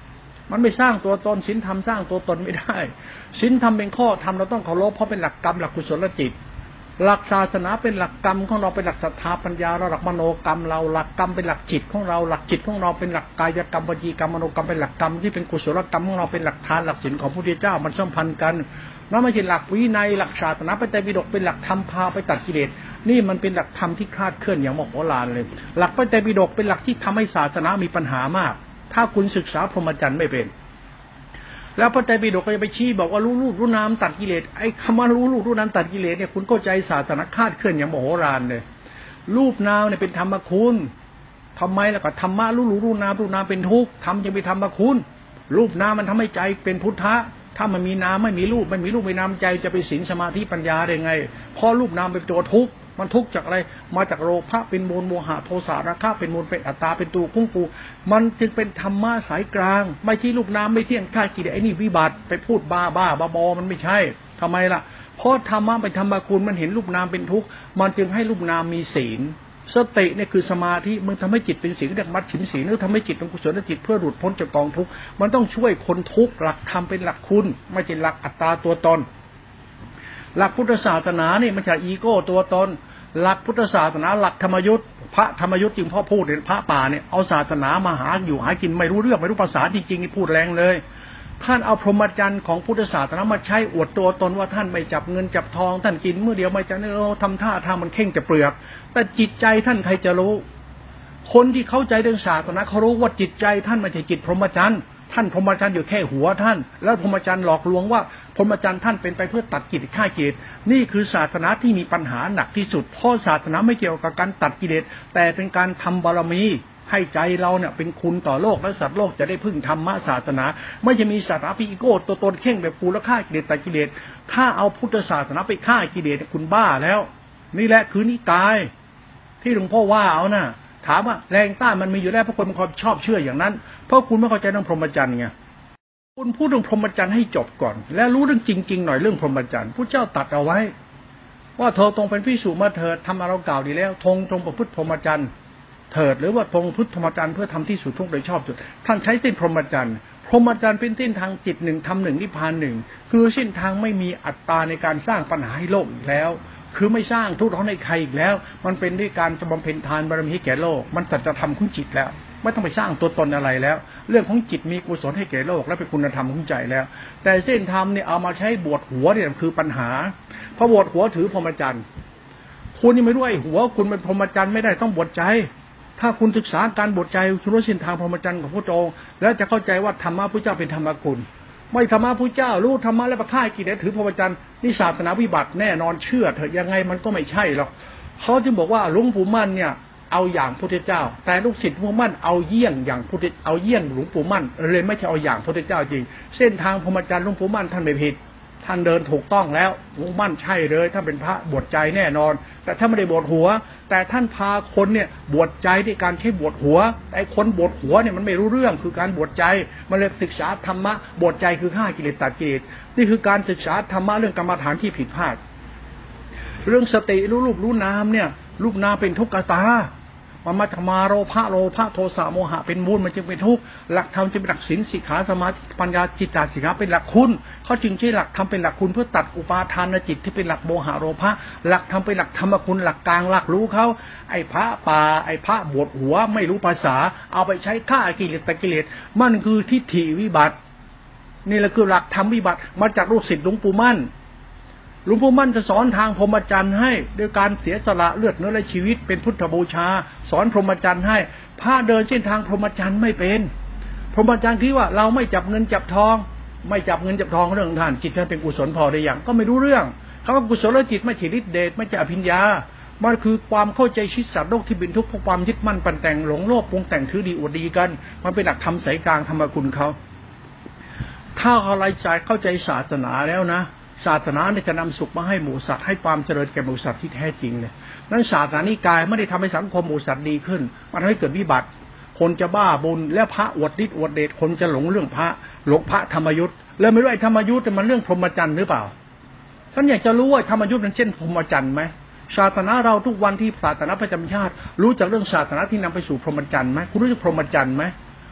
มันไม่สร้างตัวตนศีลธรรมสร้างตัวตนไม่ได้ศีลธรรมเป็นข้อธรรมเราต้องเคารพเพราะเป็นหลักกรรมหลักกุศลจิตหลักศาสนาเป็นหลักกรรมของเราเป็นหลักศรัทธาปัญญาเราหลักมโนกรรมเราหลักกรรมเป็นหลักจิตของเราหลักจิตของเราเป็นหลักกายกรรมวจีกรรมมโนกรรมเป็นหลักกรรมที่เป็นกุศลกรรมของเราเป็นหลักทานหลักศีลของพระพุทธเจ้ามันสัมพันธ์กันนั่นไม่ใช่หลักวินัยหลักศาสนาเป็นแต่บิดกเป็นหลักธรรมพาไปตัดกิเลสนี่มันเป็นหลักธรรมที่คลาดเคลื่อนอย่างมโหฬารเลยหลักพระไตรปิฎกเป็นหลักที่ทำให้ศาสนามีปัญหามากถ้าคุณศึกษาพรหมจรรย์ไม่เป็นแล้วพระไตรปิฎกก็จะไปชี้บอกว่ารู้รูปรู้นามตัดกิเลสไอ้คำว่ารู้รูปรู้นามตัดกิเลสเนี่ยคุณเข้าใจศาสนาคลาดเคลื่อนอย่างมโหฬารเลยรูปนามเนี่ยเป็นธรรมคุณทำไมล่ะก็ธรรมะรู้นามเป็นทุกข์ธรรมจะเป็นธรรมคุณรูปนามมันทำให้ใจเป็นพุทธะถ้ามันมีนามไม่มีรูปไม่มีรูปไม่นามใจจะไปศีลสมาธิปัญญาได้ไงเพราะรูปนามเป็นตัวทุกข์มันทุกข์จากอะไรมาจากโลภะเป็นมูลโมหะโทสะราคะเป็นมูลเป็นอัตตาเป็นตัวกุ้งปูมันจึงเป็นธรรมะสายกลางไม่ใช่รูปนามไม่เที่ยงข้ากิเลสไอ้นี่วิบัติไปพูดบ้าบอมันไม่ใช่ทำไมล่ะเพราะธรรมะเป็นธรรมคุณมันเห็นรูปนามเป็นทุกข์มันจึงให้รูปนามมีศีลสติเนี่ยคือสมาธิมึงทำให้จิตเป็นศีลเรียกมัชฌิมศีลหรือทำให้จิตเป็นกุศลจิตเพื่อหลุดพ้นจากกองทุกข์มันต้องช่วยคนทุกข์หลักธรรมเป็นหลักคุณไม่ใช่หลักอัตตาตัวตนหลักพุทธศาสนาเนี่ยมันจะอีโก้ตัวตนหลักพุทธศาสนาหลักธรรมยุทธพระธรรมยุทธจึงพ่อพูดเนี่ยพระป่าเนี่ยเอาศาสนามาหาอยู่หากินไม่รู้เรื่องไม่รู้ภาษาจริงๆพูดแรงเลยท่านเอาพรหมจรรย์ของพุทธศาสนามาใช้อวดตัวตนว่าท่านไม่จับเงินจับทองท่านกินเมื่อเดียวไม่จะเนี่ยทำท่าทางมันเข่งจะเปลือกแต่จิตใจท่านใครจะรู้คนที่เข้าใจเรื่องศาสนาเขารู้ว่าจิตใจท่านไม่ใช่จิตพรหมจรรย์ท่านพรหมจรรย์อยู่แค่หัวท่านแล้วพรหมจรรย์หลอกลวงว่าพรหมจรรย์ท่านเป็นไปเพื่อตัดกิเลสฆ่ากิเลสนี่คือศาสนาที่มีปัญหาหนักที่สุดเพราะศาสนาไม่เกี่ยวกับการตัดกิเลสแต่เป็นการทำบารมีให้ใจเราเนี่ยเป็นคุณต่อโลกและสัตว์โลกจะได้พึ่งธรรมะศาสนาไม่จะมีศาสนาพิโก้ตัวตนเข่งแบบกูและฆ่ากิเลสตัดกิเลสถ้าเอาพุทธศาสนาไปฆ่ากิเลสคุณบ้าแล้วนี่แหละคือนิกายที่หลวงพ่อว่าเอานะถามว่าแรงต้านมันมีอยู่แล้วเพราะคนบางคนชอบเชื่ออย่างนั้นเพราะคุณไม่เข้าใจเรื่องพรหมจรรย์ไงคุณพูดเรื่องพรหมจรรย์ให้จบก่อนและรู้เรื่องจริงๆหน่อยเรื่องพรหมจรรย์พระเจ้าตัดเอาไว้ว่าเธอตรงเป็นภิกษุมาเถิดทำมาเรากล่าวดีแล้วทงตรงประพฤติพรหมจรรย์เถิดหรือว่าทรงพุทธพรหมจรรย์เพื่อทำที่สุดทุกโดยชอบจุดท่านใช้เส้นพรหมจรรย์พรหมจรรย์เป็นเส้นทางจิตหนึ่งทำหนึ่งนิพพานหนึ่งคือเส้นทางไม่มีอัตตาในการสร้างปัญหาให้โลกอีกแล้วคือไม่สร้างทุกข์ร้อนในใครอีกแล้วมันเป็นด้วยการจะบำเพ็ญทานบารมีให้แก่โลกมันสัจธรรมของจิตแล้วไม่ต้องไปสร้างตัวตนอะไรแล้วเรื่องของจิตมีกุศลให้แก่โลกและเป็นคุณธรรมของใจแล้วแต่เส้นธรรมเนี่ยเอามาใช้บวชหัวเนี่ยคือปัญหาพอบวชหัวถือพรหมจรรย์คุณยังไม่รู้ไอ้หัวคุณเป็นพรหมจรรย์ไม่ได้ต้องบวชใจถ้าคุณศึกษาการบวชใจคุณรู้เส้นทางพรหมจรรย์ของพระองค์แล้วจะเข้าใจว่าธรรมะพระเจ้าเป็นธรรมคุณไม่ธรรมะพระเจ้ารู้ธรรมะและประค่ายกิเลสถือพรหมจรรย์นี่ศาสนาวิบัติแน่นอนเชื่อเถอะยังไงมันก็ไม่ใช่หรอกเขาจึงบอกว่าหลวงปู่มั่นเนี่ยเอาอย่างพระเจ้าแต่ลูกศิษย์หลวงปู่มั่นเอาเยี่ยงอย่างพุทธเอาเยี่ยงหลวงปู่มั่นเลยไม่ใช่เอาอย่างพระเจ้าจริงเส้นทางพรหมจรรย์หลวงปู่มั่นท่านไม่ผิดท่านเดินถูกต้องแล้วหลวงมั่นใช่เลยท่านเป็นพระบวชใจแน่นอนแต่ท่านไม่ได้บวชหัวแต่ท่านพาคนเนี่ยบวชใจด้วยการใช้บวชหัวไอ้คนบวชหัวเนี่ยมันไม่รู้เรื่องคือการบวชใจมันเลยศึกษาธรรมะบวชใจคือฆ่ากิเลสตัดกิเลสนี่คือการศึกษาธรรมะเรื่องกรรมฐานที่ผิดพลาดเรื่องสติรู้รูปรู้นามเนี่ยรูปนามเป็นทุกขตามันมาจากมาโลภะโทสะโมหะเป็นมูลมันจึงเป็นทุกข์หลักธรรมจึงเป็นหลักศีลสิกขาสมาธิปัญญาจิตตสิกขาเป็นหลักคุณเขาจึงใช้หลักธรรมเป็นหลักคุณเพื่อตัดอุปาทานจิตที่เป็นหลักโมหะโลภะหลักธรรมเป็นหลักธรรมคุณหลักกลางหลักรู้เขาไอ้พระป่าไอ้พระบวชหัวไม่รู้ภาษาเอาไปใช้ฆ่ากิเลสตัดกิเลสมันคือทิฏฐิวิบัตินี่แหละคือหลักธรรมวิบัติมาจากลูกศิษย์หลวงปู่มั่นหลวงปู่มั่นจะสอนทางพรหมจรรย์ให้ด้วยการเสียสละเลือดเนื้อและชีวิตเป็นพุทธบูชาสอนพรหมจรรย์ให้พระเดินเส้นทางพรหมจรรย์ไม่เป็นพรหมจรรย์คิดว่าเราไม่จับเงินจับทองไม่จับเงินจับทองเรื่องท่านจิตท่านเป็นกุศลพอได้อย่างก็ไม่รู้เรื่องคำว่ากุศลจิตไม่ใช่ฤทธิ์เดชไม่ใช่อภิญญามันคือความเข้าใจชีวิตสัตว์โลกที่เป็นทุกข์เพราะความยึดมั่นปั่นแต่งหลงโลภปรุงแต่งถือดีอวดดีกันมันเป็นหลักธรรมสายกลางธรรมคุณเขาถ้าอะไรใจเข้าใจศาสนาแล้วนะศาสนาเนี่ยจะนำสุขมาให้หมู่สัตว์ให้ความเจริญแก่หมู่สัตว์ที่แท้จริงเลยนั้นศาสนานิกายไม่ได้ทำให้สังคมหมู่สัตว์ดีขึ้นมันทำให้เกิดวิบัติคนจะบ้าบุญและพระอวดฤทธิ์อวดเดชคนจะหลงเรื่องพระหลงพระธรรมยุทธ์แล้วไม่รู้ไอ้ธรรมยุทธ์มันเรื่องพรหมจรรย์หรือเปล่าท่านอยากจะรู้ว่าธรรมยุทธ์มันเช่นพรหมจรรย์ไหมศาสนาเราทุกวันที่ศาสนาประจำชาติรู้จักเรื่องศาสนาที่นำไปสู่พรหมจรรย์ไหมคุณรู้จักพรหมจรรย์ไหม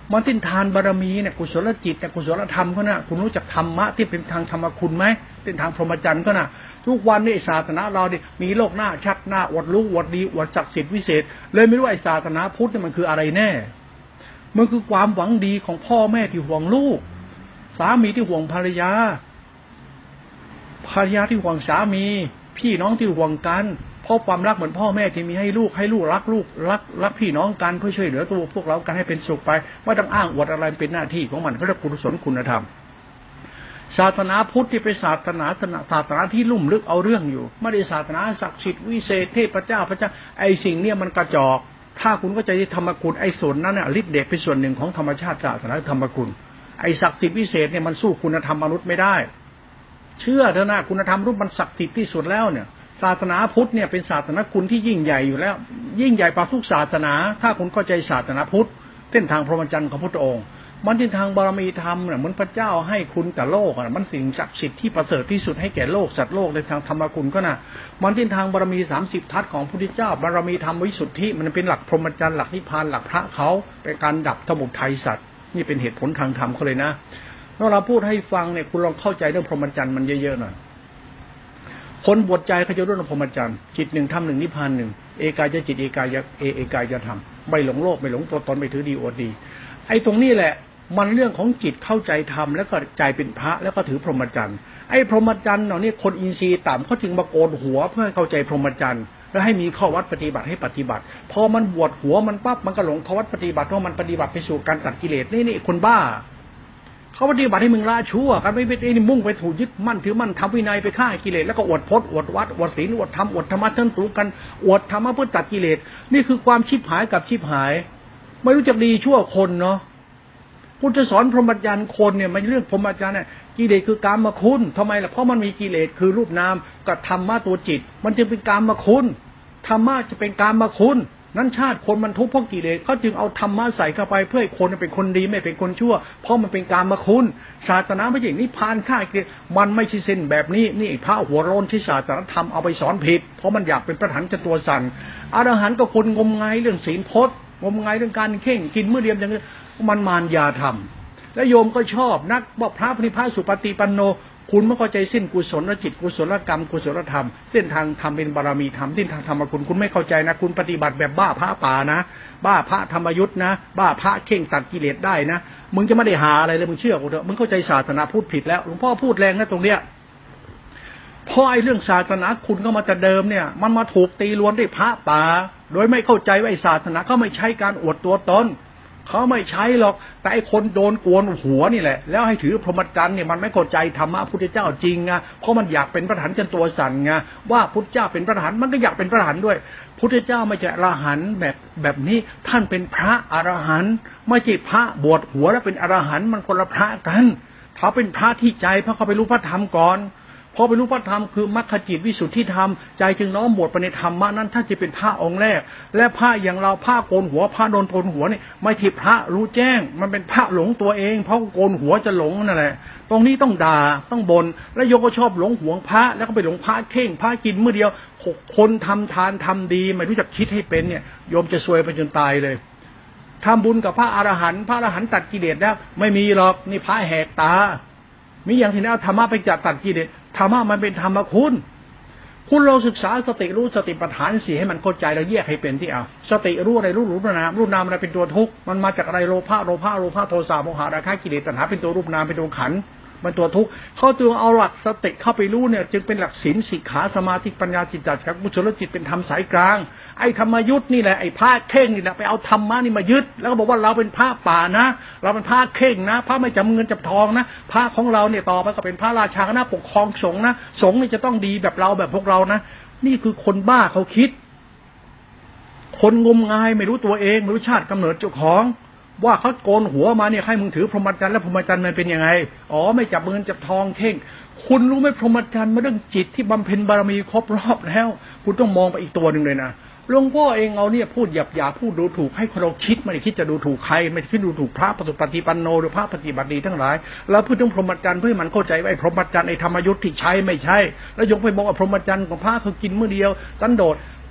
มันทิ้นทานบารมีเนี่ยกุศลจิตแต่กุศลธรรมก็นะคุณรู้จักธรรมะที่เป็นทางธรรมคุณไหมเป็นทางพรหมจรรย์ก็นะทุกวันนี้ศาสนาเราเนี่ยมีโลกหน้าชัดหน้าอวดรู้อวดดีอวดศักดิ์สิทธิ์วิเศษเลยไม่รู้ไอ้ศาสนาพุทธเนี่ยมันคืออะไรแน่มันคือความหวังดีของพ่อแม่ที่ห่วงลูกสามีที่ห่วงภรรยาที่ห่วงสามีพี่น้องที่ห่วงกันเพราะความรักเหมือนพ่อแม่ที่มีให้ลูกรักพี่น้องกันเพื่อช่วยเหลือตัวพวกเรากันให้เป็นสุขไปไม่ต้องอ้างอวดอะไรเป็นหน้าที่ของมันเขาเรียกกุศลคุณธรรมศาสนาพุทธที่เป็นศาสนาที่ลุ่มลึกเอาเรื่องอยู่ไม่ได้ศาสนาศักดิ์สิทธิ์วิเศษเทพเจ้าพระเจ้าไอ้สิ่งเนี่ยมันกระจอกถ้าคุณก็จะธรรมคุณไอ้ส่วนนั้นน่ะฤทธิ์เดชเป็นส่วนหนึ่งของธรรมชาติศาสนาธรรมคุณไอ้ศักดิ์สิทธิ์วิเศษเนี่ยมันสู้คุณธรรมมนุษย์ไม่ได้เชื่อเถอะนะคุณธรรมรูปมันศักดิ์สิทธิ์ที่สุดแล้วเนี่ยศาสนาพุทธเนี่ยเป็นศาสนาคุณที่ยิ่งใหญ่อยู่แล้วยิ่งใหญ่กว่าทุกศาสนาถ้าคุณเข้าใจศาสนาพุทธเส้นทางพรหมจรรย์ของพุทธองค์มันเป็นทางบารมีธรรมเนี่ยเหมือนพระเจ้าให้คุณแต่โลกอ่ะมันสิ่งศักดิ์สิทธิ์ที่ประเสริฐที่สุดให้แก่โลกสัตว์โลกในทางธรรมคุณก็น่ะมันเป็นทางบารมี30ทัศของพระพุทธเจ้าบารมีธรรมวิสุทธิมันเป็นหลักพรหมจรรย์หลักนิพพานหลักพระเขาเป็นการดับสมุทัยสัตว์นี่เป็นเหตุผลทางธรรมเขาเลยนะเมื่อเราพูดให้ฟังเนี่ยคุณลองเข้าใจเรื่องพรหมจรรย์มันเยอะๆหน่อยคนบวชใจเขาจะรู้พรหมจรรย์จิตหนึ่งธรรมหนึ่งนิพพานหนึ่งเอกายจิตเอกายธรรมไม่หลงโลกไม่หลงตัวตนไม่ถือดีอวดดีไอ้ตรงนี้แหละมันเรื่องของจิตเข้าใจธรรมแล้วก็ใจเป็นพระแล้วก็ถือพรหมจรรย์ไอ้พรหมจรรย์เนี่ยคนอินทรีย์ต่ำเขาจึงมาโกนหัวเพื่อเข้าใจพรหมจรรย์แล้วให้มีข้อวัดปฏิบัติให้ปฏิบัติพอมันบวชหัวมันปั๊บมันก็หลงข้อวัดปฏิบัติเพราะมันปฏิบัติไปสู่การตัดกิเลสนี่คนบ้าเขาปฏิบัติให้มึงละชั่วกันไม่เป็นไอ้นี่มุ่งไปถูกยึดมั่นถือมั่นทำวินัยไปฆ่ากิเลสแล้วก็อวดพจน์อวดวัดอวดศีลอวดธรรมอวดธรรมะทั้งสูงกันอวดธรรมะเพื่อตัดกิเลสนี่คือความชิบหายกับชิบหายไม่รู้จักดีชั่วคนเนาะพุทธสอนพรหมจรรย์คนเนี่ยมันเรื่องพรหมจรรย์เนี่ยกิเลสคือกามคุณทำไมล่ะเพราะมันมีกิเลสคือรูปนามกับธรรมะตัวจิตมันจึงเป็นกามคุณธรรมะจะเป็นกามคุณนั้นชาติคนมันทุกข์เพราะกิเลสเขาจึงเอาธรรมะใส่เข้าไปเพื่อให้คนเป็นคนดีไม่เป็นคนชั่วเพราะมันเป็นกามคุณศาสนาไม่ใช่นิพพานฆ่ากิเลสมันไม่ใช่เส้นแบบนี้นี่พระหัวโลนที่ศาสนาธรรมเอาไปสอนผิดเพราะมันอยากเป็นพระหันจะตัวสั่นอรหันต์ก็คนงมงายเรื่องศีลพจน์งมงายเรื่องการเข่งกินมื้อเดียวอย่างนี้มันมารยาธรรมและโยมก็ชอบนักบอกพระพุทธพระสุปฏิปันโนคุณไม่เข้าใจสิ้นกุศลจิตกุศลกรรมกุศลธรรมเส้นทางธรรมเป็นบารมีธรรมเส้นทางธรรมคุณไม่เข้าใจนะคุณปฏิบัติแบบบ้าพระป่านะบ้าพระธรรมยุทธนะบ้าพระเข่งตัดกิเลสได้นะมึงจะไม่ได้หาอะไรเลยมึงเชื่อกูเถอะมึงเข้าใจศาสนาพูดผิดแล้วหลวงพ่อพูดแรงนะตรงเนี้ยเพราะไอ้เรื่องศาสนาคุณก็มาแต่เดิมเนี่ยมันมาถูกตีล้วนด้วยพระป่าโดยไม่เข้าใจว่าไอ้ศาสนาเขาไม่ใช้การอวดตัวตนเขาไม่ใช้หรอกแต่ไอ้คนโดนกวนหัวนี่แหละแล้วให้ถือพรหมจรรย์เนี่ยมันไม่เข้าใจธรรมะพุทธเจ้าจริงไงเพราะมันอยากเป็นพระอรหันต์จนตัวสั่นไงว่าพุทธเจ้าเป็นพระอรหันต์มันก็อยากเป็นพระอรหันต์ด้วยพุทธเจ้าไม่ใช่อรหันต์แบบนี้ท่านเป็นพระอรหันต์ไม่ใช่พระบวชหัวแล้วเป็นอรหันต์มันคนละพระกันเขาเป็นพระที่ใจเพราะเขาไปรู้พระธรรมก่อนพอไปรู้พระธรรมคือมรรคจิตวิสุทธิธรรมใจจึงน้อมบวชไปในธรรมะนั้นท่านจะเป็นพระองค์แรกและพระอย่างเราพระโกนหัวพระโดนโกนหัวนี่ไม่ใช่พระรู้แจ้งมันเป็นพระหลงตัวเองเพราะโกนหัวจะหลงนั่นแหละตรงนี้ต้องด่าต้องบ่นและโยมก็ชอบหลงหวงพระแล้วก็ไปหลงพระเข่งพระกินมื้อเดียวคนทำทานทำดีไม่รู้จักคิดให้เป็นเนี่ยโยมจะซวยไปจนตายเลยทำบุญกับพระอรหันต์ตัดกิเลสแล้วไม่มีหรอกนี่พระแหกตามีอย่างที่เอาธรรมะไปจัดตัดกิเลสธรรมะมันเป็นธรรมคุณเราศึกษาสติรู้สติปัฏฐานสี่ให้มันเข้าใจแล้วแยกให้เป็นที่เอาสติรู้อะไรรู้นามอะไรเป็นตัวทุกข์มันมาจากอะไรโลภะโทสะโมหะราคะกิเลสตัณหาเป็นตัวรูปนามเป็นตัวขันธ์มันตัวทุกข์เขาจึงเอาหลักสติเข้าไปรู้เนี่ยจึงเป็นหลักศีลสิกขาสมาธิปัญญาจิตตจักกุศลจิตเป็นธรรมสายกลางไอ้ธรรมยุทธ์นี่แหละไอ้พระเข่งนี่แหละไปเอาธรรมะนี่มายึดแล้วก็บอกว่าเราเป็นพระป่านะเราเป็นพระเข่งนะพระไม่จำเงินจับทองนะพระของเราเนี่ยต่อไปก็เป็นพระราชานะปกครองสงฆ์นะสงฆ์นี่จะต้องดีแบบเราแบบพวกเรานะนี่คือคนบ้าเขาคิดคนงมงายไม่รู้ตัวเองไม่รู้ชาติกำเนิดเจ้าของว่าเขาโกนหัวมาเนี่ยให้มึงถือพรหมจรรย์แล้วพรหมจรรย์มันเป็นยังไงอ๋อไม่จับเงินจับทองเข่งคุณรู้ไหมพรหมจรรย์มันเรื่องจิตที่บำเพ็ญบารมีครบรอบแล้วคุณต้องมองไปอีกตัวนึงเลยนะหลวงพ่อเองเอาเนี่ยพูดหยาบพูดดูถูกให้คนเราคิดไม่ได้คิดจะดูถูกใครไม่คิดดูถูกพระปฏิปันโนหรือพระปฏิบัติดีทั้งหลายแล้วพูดถึงพรหมจรรย์เพื่อมันเข้าใจว่าไอ้พรหมจรรย์ไอ้ธรรมยุทธ์ที่ใช้ไม่ใช่แล้วยกไปบอกว่าพรหมจรรย์ของพระเขากินมื้อเดียวตันโดด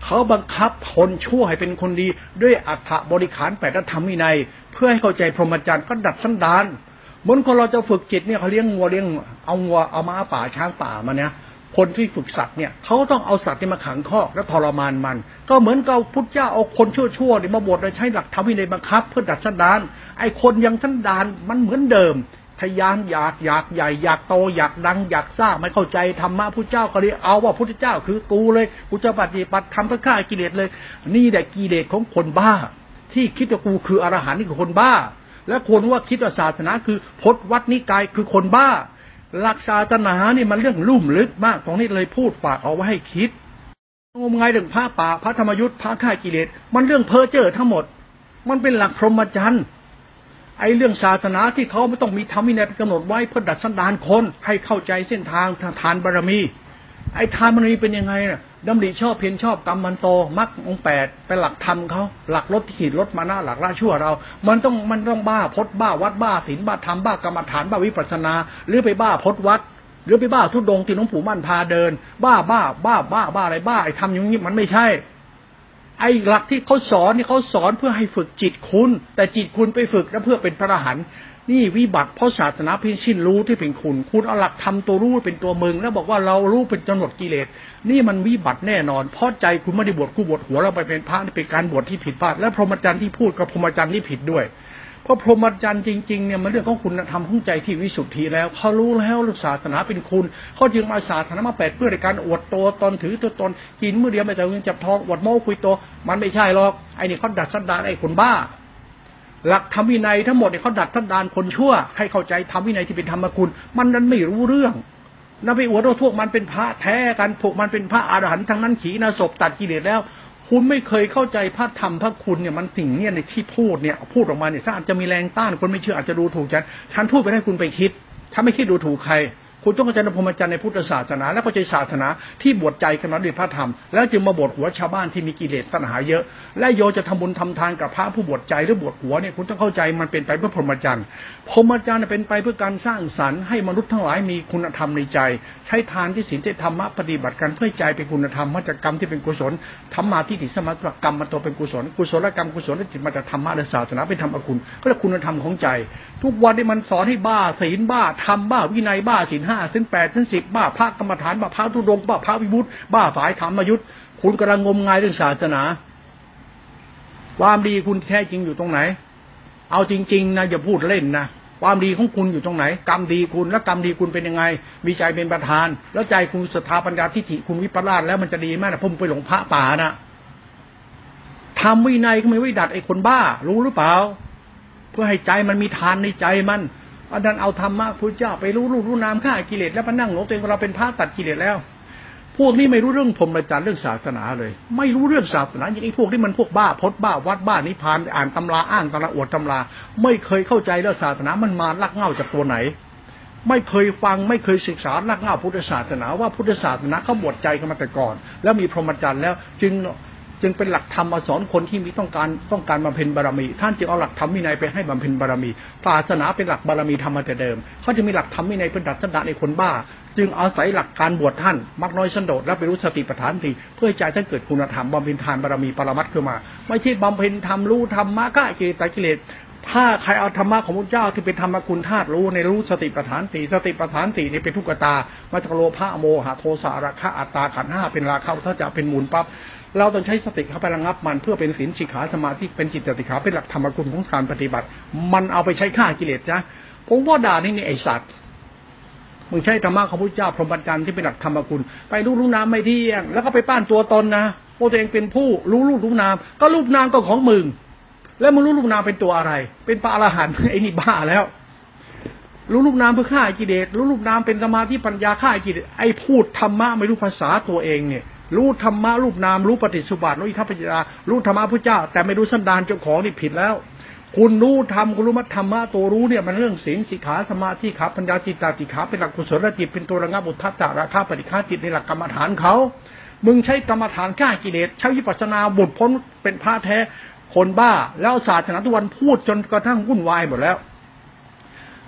เขาบังคับคนชั่วให้เป็นคนดีด้วยอัฏฐบริขาร8 ธรรมวินัยเพื่อให้เข้าใจพรหมจรรย์ก็ดัดสันดานเหมือนคนเราจะฝึกจิตเนี่ยเขาเลี้ยงงัวเลี้ยงเอางัวเอาม้าป่าช้างป่ามาเนี่ยคนที่ฝึกสัตว์เนี่ยเขาต้องเอาสัตว์ที่มาขังคอกและทรมานมันก็เหมือนกับพุทธเจ้าเอาคนชั่วๆเนี่ยมาบวชโดยใช้หลักธรรมวินัยบังคับเพื่อดัดสันดานไอ้คนยังสันดานมันเหมือนเดิมทยานอยากใหญ่อยากโตอยากดังอยากซ่าไม่เข้าใจธรรมะพุทธเจ้าก็เลยเอาว่าพุทธเจ้าคือกูเลยกูจะปฏิบัติธรรมเพื่อฆ่ากิเลสเลยนี่แหละกิเลสของคนบ้าที่คิดว่ากูคืออรหันต์นี่คือคนบ้าและคนว่าคิดว่าศาสนาคือพจน์วัดนิกายคือคนบ้าหลักศาสนานี่มันเรื่องลุ่มลึกมากตรงนี้เลยพูดฝากเอาไว้ให้คิดงมงายเรื่องพระป่าพระธรรมยุทธ์พระฆ่ากิเลสมันเรื่องเพ้อเจ้อทั้งหมดมันเป็นหลักพรหมจรรย์ไอ้เรื่องศาสนาที่เขาไม่ต้องมีธรรมวินัยกำหนดไว้เพื่อดัดสันดานคนให้เข้าใจเส้นทางทานบารมีไอ้ทานบารมีเป็นยังไงน่ะดำริชอบเพียรชอบกรรมมันโตมรรคองค์8เป็นหลักธรรมเขาหลักลดขีดลดมานะหลักละชั่วเรามันต้องบ้าพจน์บ้าวัดบ้าศีลบ้าธรรมบ้ากรรมฐานบ้าวิปัสสนาหรือไปบ้าพจน์วัดหรือไปบ้าทุดงที่หลวงปู่มั่นพาเดินบ้าอะไรบ้าไอ้ทำอย่างนี้มันไม่ใช่ไอ้หลักที่เขาสอนนี่เขาสอนเพื่อให้ฝึกจิตคุณแต่จิตคุณไปฝึกแล้วเพื่อเป็นพระอรหันต์นี่วิบัติเพราะศาสนาพิชิตรู้ที่เป็นคุณเอาหลักธรรมตัวรู้เป็นตัวมึงแล้วบอกว่าเรารู้เป็นกำหนดกิเลสนี่มันวิบัติแน่นอนเพราะใจคุณไม่ได้บวชกูบวชหัวเราไปเป็นพระนี่เป็นการบวชที่ผิดพลาดและพรหมจรรย์ที่พูดกับพรหมจรรย์ที่ผิดด้วยเพราะพรหมจรรย์จริงๆเนี่ยมันเรื่องของคุณธรรมของใจที่วิสุทธิแล้วเขารู้แล้วศาสนาเป็นคุณเขาจึงมาศาสนามาแปดเพื่อในการอวดตัวตนถือตัวตนกินมื้อเดียวไม่แต่ยังจับทองอวดโม้คุยโตมันไม่ใช่หรอกไอ้นี่เขาดัดสันดานไอ้คนบ้าหลักธรรมวินัยทั้งหมดเนี่ยเขาดัดสันดานคนชั่วให้เข้าใจธรรมวินัยที่เป็นธรรมคุณมันนั้นไม่รู้เรื่องนะไปอวดว่าพวกมันเป็นพระแท้กันพวกมันเป็นพระอรหันต์ทั้งนั้นขีณาศพตัดกิเลสแล้วคุณไม่เคยเข้าใจพระธรรมพระคุณเนี่ยมันสิ่งเนี่ยในที่พูดเนี่ยพูดออกมาเนี่ยถ้าอาจจะมีแรงต้านคนไม่เชื่ออาจจะดูถูกฉันพูดไปให้คุณไปคิดถ้าไม่คิดดูถูกใครคุณต้องเข้าใจพรหมจรรย์ในพุทธศาสนาและเข้าใจศาสนาที่บวชใจกันมาด้วยพระธรรมแล้วจึงมาบวชหัวชาวบ้านที่มีกิเลสตัณหาเยอะและโยจะทำบุญทำทานกับพระผู้บวชใจหรือบวชหัวเนี่ยคุณต้องเข้าใจมันเป็นไปเพื่อพรหมจรรย์พรหมจรรย์เป็นไปเพื่อการสร้างสรรค์ให้มนุษย์ทั้งหลายมีคุณธรรมในใจใช้ทานที่ศีลที่ธรรมะปฏิบัติกันเพื่อใจเป็นคุณธรรมมัจจกรรมที่เป็นกุศลธรรมาทิฏฐิสมาธิกรรมมันตัวเป็นกุศลกุศลกรรมกุศลจิตมาจากธรรมะและศาสนาเป็นธรรมคุณก็เรียกคุณธรรมของใจทุกวันนี้มันสอนให้บ้าศีลบ้าธรรมบ้าวินัยบ้าศีล5ศีล8ศีล10บ้าพระกรรมฐานบ้าพระธุดงค์บ้าพระวิมุตติบ้าฝ่ายธรรมยุทธคุณกำลังงมงายเรื่องศาสนาความดีคุณแท้จริงอยู่ตรงไหนเอาจริงๆนะอย่าพูดเล่นนะความดีของคุณอยู่ตรงไหนกรรมดีคุณและกรรมดีคุณเป็นยังไงมีใจเป็นประธานแล้วใจคุณศรัทธาปัญญาทิฏฐิคุณวิปลาสแล้วมันจะดีไหมนะผมไปหลงพระป่านะทำวินัยก็ไม่ไว้ดัดไอ้คนบ้ารู้หรือเปล่าเพื่อให้ใจมันมีทานในใจมันอันนั้นเอาธรรมะพุทธเจ้าไปรู้รูปรู้นามฆ่ากิเลสแล้วมานั่งหลงตัวเองเราเป็นพระตัดกิเลสแล้วพวกนี้ไม่รู้เรื่องพรหมจรรย์เรื่องศาสนาเลยไม่รู้เรื่องศาสนาอย่างไอ้พวกที่มันพวกบ้าพจน์บ้าวัดบ้านิพพานอ่านตำราอ้างตำราอวดตำราไม่เคยเข้าใจเรื่องศาสนามันมาลักเง่าจากตัวไหนไม่เคยฟังไม่เคยศึกษาลักเง่าพุทธศาสนาว่าพุทธศาสนาเขาบวชใจกันมาแต่ก่อนแล้วมีพรหมจรรย์แล้วจึงเป็นหลักธรรมมาสอนคนที่มีต้องการบำเพ็ญบารมีท่านจึงเอาหลักธรรมวินัยไปให้บำเพ็ญบารมีศาสนาเป็นหลักบารมีธรรมแต่เดิมเขาจะมีหลักธรรมวินัยเป็นดัดสันดานในคนบ้าจึงอาศัยหลักการบวชท่านมักน้อยสันโดษและไปรู้สติปัฏฐานสี่เพื่อใจท่านเกิดคุณธรรมบำเพ็ญทานบารมีปรมัตถ์ขึ้นมาไม่ใช่บำเพ็ญธรรมรู้ธรรมะฆ่ากิเลสถ้าใครเอาธรรมะของพระเจ้าที่เป็นธรรมคุณธาตุรู้ในรู้สติปัฏฐานสี่สติปัฏฐานสี่นี่เป็นทุกขตามาจากโลภะโมหะโทสะราคะอัตตาขันธ์5เป็นราคะถ้าจะเป็นมูลปั๊บเราต้องใช้สติเข้าไประงับมันเพื่อเป็นศีลสิกขาสมาธิเป็นจิตติขาเป็นหลักธรรมคุณของการปฏิบัติมันเอาไปใช้ฆ่ากิเลสนะผมว่าด่านี่ไอ้สัตว์มึงใช้ธรรมะของพระเจ้าพรหมจรรย์ที่เป็นหลักธรรมคุณไปรู้นามไม่เที่ยงแล้วก็ไปป้านตัวตนนะว่าตัวเองเป็นผู้รู้นามก็รูปนามก็ของมึงแล้วมึงรู้รูปนามเป็นตัวอะไรเป็นพระอรหันต์ไอ้นี่บ้าแล้วรู้รูปนามเพื่อฆ่ากิเลสรู้รูปนามเป็นสมาธิปัญญาฆ่ากิเลสไอ้พูดธรรมะไม่รู้ภาษาตัวเองเนี่ยรู้ธรรมะรูปนามรู้ปฏิสุบาทรู้อิทธิปัญญารู้ธรรมะพุทธเจ้าแต่ไม่รู้สันดานเจ้าของนี่ผิดแล้วคุณรู้ธรรมคุณรู้มัธรรมะตัวรู้เนี่ยมันเรื่องศีลสิกขาสมาธิขาปัญญาจิตตติขาเป็นหลักกุศลจิตเป็นตัวระงับอุทธัจจะราคะปฏิฆาจิตในหลักกรรมฐานเขามึงใช้กรรมฐานฆ่ากิเลสใช้วิปัสสนาบุตรพ้นเป็นพระแท้คนบ้าแล้วศาสนาทุกวันพูดจนกระทั่งวุ่นวายหมดแล้วไ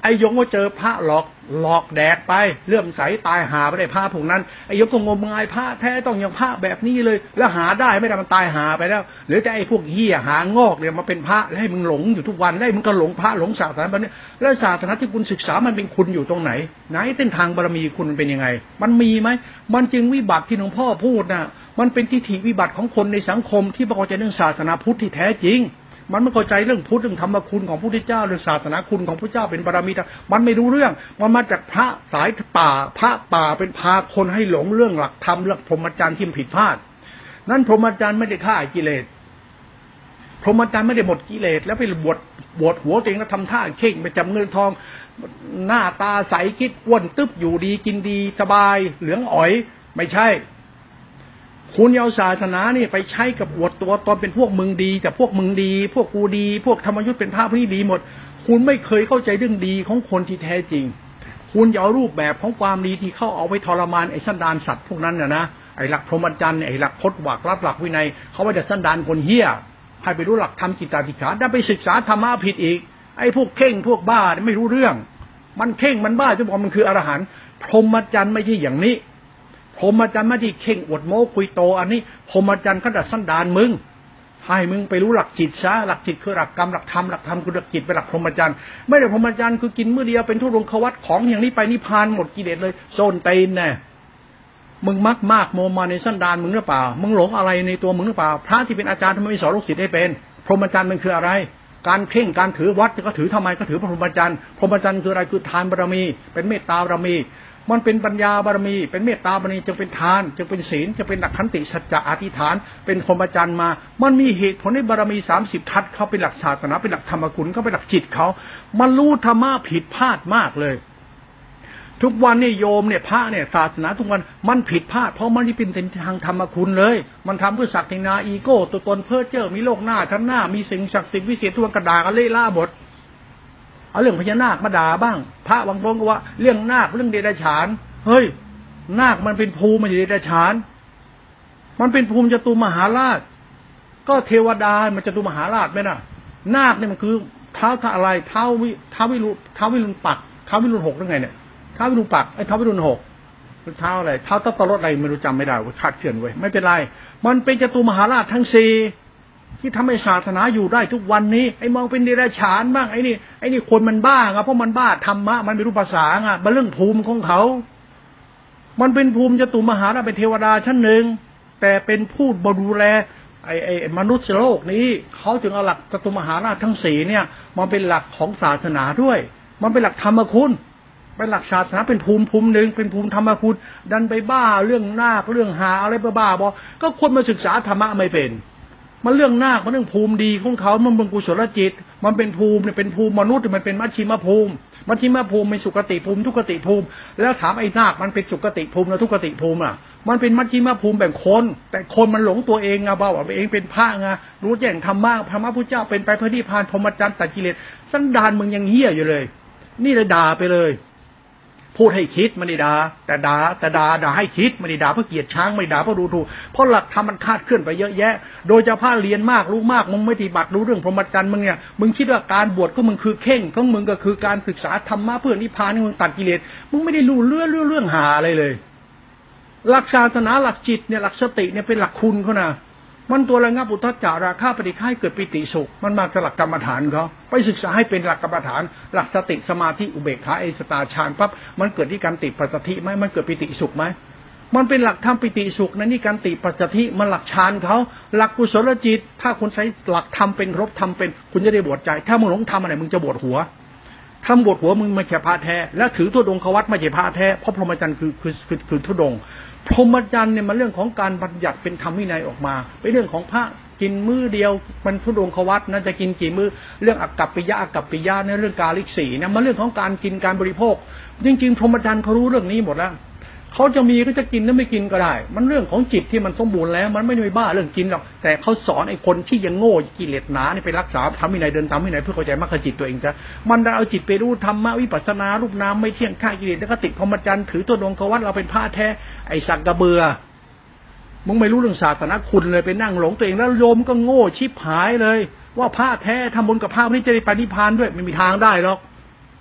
อ้ยงว่าเจอพระหลอกแดกไปเลื่อมใสตายหาไปได้พระพวกนั้นไอ้ยงก็งมงายพระแท้ต้องอย่างพระแบบนี้เลยแล้วหาได้ไม่ได้มันตายหาไปแล้วหรือแต่ไอ้พวกเหี้ยหางอกเนี่ยมาเป็นพระแล้วให้มึงหลงอยู่ทุกวันได้มึงก็หลงพระหลงศาสนาแบบนี้แล้วศาสนาที่คุณศึกษามันเป็นคุณอยู่ตรงไหนเส้นทางบารมีคุณมันเป็นยังไงมันมีไหมมันจึงวิบัติที่หลวงพ่อพูดนะมันเป็นทิฏฐิวิบัติของคนในสังคมที่ประกอบใจเรื่องศาสนาพุทธที่แท้จริงมันไม่เข้าใจเรื่องพุทธเรื่องธรรมคุณของพระพุทธเจ้าเรื่องศาสนาคุณของพระเจ้าเป็นบารมีมันไม่รู้เรื่องมันมาจากพระสายป่าพระป่าเป็นพาคนให้หลงเรื่องหลักธรรมเรื่องพรหมจรรย์ที่ผิดพลาดนั่นพรหมจรรย์ไม่ได้ฆ่ากิเลสพรหมจรรย์ไม่ได้หมดกิเลสแล้วไปบวชหัวตัวเองแล้วทำท่าเข่งไปจับเงินทองหน้าตาใสคิดอ้วนตึ๊บอยู่ดีกินดีสบายเหลืองอ๋อยไม่ใช่คุณเอาศาสนานี่ไปใช้กับอวดตัวตนเป็นพวกมึงดีแต่พวกมึงดีพวกกูดีพวกธรรมยุทธ์เป็นพระพี่ดีหมดคุณไม่เคยเข้าใจเรื่องดีของคนที่แท้จริงคุณจะเอารูปแบบของความดีที่เข้าเอาไปทรมานไอ้สันดานสัตว์พวกนั้นนะไอ้หลักพรหมจรรย์ไอ้หลักพจน์หวักรับหลักวินัยเขาว่าจะสันดานคนเหี้ยให้ไปรู้หลักธรรมจิตตติขาได้ไปศึกษาธรรมะผิดอีกไอ้พวกเข่งพวกบ้าไม่รู้เรื่องมันเข่งมันบ้าจะบอกมันคืออรหันต์พรหมจรรย์ไม่ใช่อย่างนี้พรหมจรรย์ไม่ได้เข่งอวดโม้คุยโตอันนี้พรหมจรรย์เขาดัดสันดานมึงให้มึงไปรู้หลักจิตซะหลักจิตคือหลักกรรมหลักธรรมคือหลักจิตเป็นหลักพรหมจรรย์ไม่ได้พรหมจรรย์คือกินมื้อเดียวเป็นทุรงควัตของอย่างนี้ไปนิพพานหมดกิเลสเลยโซนเตนแน่มึงมากโมมาในสันดานมึงหรือเปล่ามึงหลงอะไรในตัวมึงหรือเปล่าพระที่เป็นอาจารย์ทำไมไม่สอนลูกศิษย์ให้เป็นพรหมจรรย์มันคืออะไรการเพ่งการถือวัดก็ถือทำไมก็ถือพรหมจรรย์พรหมจรรย์คืออะไรคือทานบารมีเป็นเมตตาบารมีมันเป็นปัญญาบารมีเป็นเมตตาบารมีจึงเป็นทานจึงเป็นศีลจึงเป็นหลักขันติสัจจะอธิษฐานเป็นพรหมจรรย์มามันมีเหตุผลในบารมี30ทัศน์เขาเป็นหลักศาสนาเป็นหลักธรรมคุณเขาเป็นหลักจิตเขามันรู้ธรรมะผิดพลาดมากเลยทุกวันนี่โยมเนี่ยพระเนี่ยศาสนาทุกวันมันผิดพลาดเพราะมันไม่เป็นทางธรรมคุณเลยมันทำเพื่อศักดินาอีโก้ตัวตนเพ้อเจ้อมีโลกหน้าชั้นหน้ามีสิ่งศักดิ์สิทธิ์วิเศษทุกกระดากันเล่ล่าหมดเอาเรื่องพญานาคมาด่าบ้างพระบางคนก็ว่าเรื่องนาคเรื่องเดรัจฉานเฮ้ยนาคมันเป็นภูมิมันอยู่ในเดรัจฉานมันเป็นภูมิจตุมหาราชก็เทวดามันจตุมหาราชไหมน่ะนาคเนี่ยมันคือเท้าอะไรเท้าวิรุณปักเท้าวิรุณหกหรือไงเนี่ยท้าววิรุณปักไอ้ท้าววิรุณหกเท้าอะไรเท้าตลอดอะไรไม่รู้จำไม่ได้ว่าคาดเคลื่อนไว้ไม่เป็นไรมันเป็นจตุมหาราชทั้งสี่ที่ทำให้ศาสนาอยู่ได้ทุกวันนี้ไอ้มองเป็นเดรัจฉานบ้างไอ้นี่คนมันบ้าไงเพราะมันบ้าธรรมะมันไม่รู้ภาษาไงมันเรื่องภูมิของเขามันเป็นภูมิจตุมหาราชเป็นเทวดาชั้นหนึ่งแต่เป็นผู้ดูแลไอ้มนุษย์โลกนี้เขาจึงเอาหลักจตุมหาราชทั้งสี่เนี่ยมันเป็นหลักของศาสนาด้วยมันเป็นหลักธรรมคุณเป็นหลักศาสนาเป็นภูมิหนึ่งเป็นภูมิธรรมคุณดันไปบ้าเรื่องนาคเรื่องหาอะไรบ้าๆก็คนมาศึกษาธรรมะไม่เป็นมันเรื่องนาคมันเรื่องภูมิดีของเขามันเป็นกุศลจิตมันเป็นภูมิเนี่ยเป็นภูมิมนุษย์มันเป็นมัชชิมภูมิเป็นสุคติภูมิทุกขติภูมิแล้วถามไอ้นาคมันเป็นสุคติภูมิแล้วทุกขติภูมิอ่ะมันเป็นมัชชิมภูมิแบ่งคนแต่คนมันหลงตัวเองไงบ้าว่าเองเป็นพระไงรู้แจ้งธรรมะพระพุทธเจ้าเป็นไปเพื่อนิพพานพรหมจรรย์ตัดกิเลสสันดานมึงยังเหี้ยอยู่เลยนี่เลยด่าไปเลยพูดให้คิดไม่ได้ด่าแต่ด่าให้คิดไม่ได้ด่าเพราะเกลียดช้างไม่ด่าเพราะดูถูกเพราะหลักธรรมมันคาดเคลื่อนไปเยอะแยะโดยเฉพาะเรียนมากรู้มากมึงไม่ปฏิบัติรู้เรื่องพรหมจรรย์มึงเนี่ยมึงคิดว่าการบวชก็มึงคือเข่งของมึงก็คือการศึกษาธรรมะเพื่อนิพพานมึงตัดกิเลสมึงไม่ได้รู้เรื่องหาอะไรเลยหลักศาสนาหลักจิตเนี่ยหลักสติเนี่ยเป็นหลักคุณเขานะมันตัวระงับอุทธัจจะราคะปฏิฆาให้เกิดปิติสุขมันมาจากหลักกรรมฐานเขาไปศึกษาให้เป็นหลักกรรมฐานหลักสติสมาธิอุเบกขาสตาฌานปั๊บมันเกิดที่การติปัสสธิไหมมันเกิดปิติสุขไหมมันเป็นหลักธรรมปิติสุขนะนี่การติปัสสธิมันหลักฌานเขาหลักกุศลจิตถ้าคุณใช้หลักธรรมเป็นครบธรรมเป็นคุณจะได้บวชใจถ้ามึงหลงธรรมอะไรมึงจะบวชหัวทำบวชหัวมึงไม่ใช่พระแท้และถือธุดงควัตไม่ใช่พระแท้เพราะพรหมจรรย์คือธุดงพรหมจรรย์เนี่ยมันเรื่องของการบัญญัติเป็นธรรมวินัยออกมาเป็นเรื่องของพระกินมื้อเดียวมันธุดงควัตนะจะกินกี่มื้อเรื่องอากัปปิยะเนี่ยเรื่องกาลิกสีเนี่ยมันเรื่องของการกินการบริโภคจริงๆพรหมจรรย์เขารู้เรื่องนี้หมดแล้วเขาจะมีก็จะกินแล้วไม่กินก็ได้มันเรื่องของจิตที่มันสมบูรณ์แล้วมันไม่ได้บ้าเรื่องกินหรอกแต่เขาสอนไอ้คนที่ยังโง่กิเลสหนาเนี่ยไปรักษาธรรมวินัยเดินตามวินัยเพื่อเข้าใจมรรคจิตตัวเองจ้ะมันเอาจิตไปรู้ธรรมะวิปัสสนารูปนามไม่เที่ยงฆ่ากิเลสแล้วก็ติดพรหมจรรย์ถือตัวดวงควัตเราเป็นพระแท้ไอ้สักกระเบือมึงไม่รู้เรื่องศาสนาคุณเลยไปนั่งหลงตัวเองแล้วโยมก็โง่ชิบหายเลยว่าพระแท้ทำบุญกับพระนี่จะได้ปฏิพานด้วยไม่มีทางได้หรอก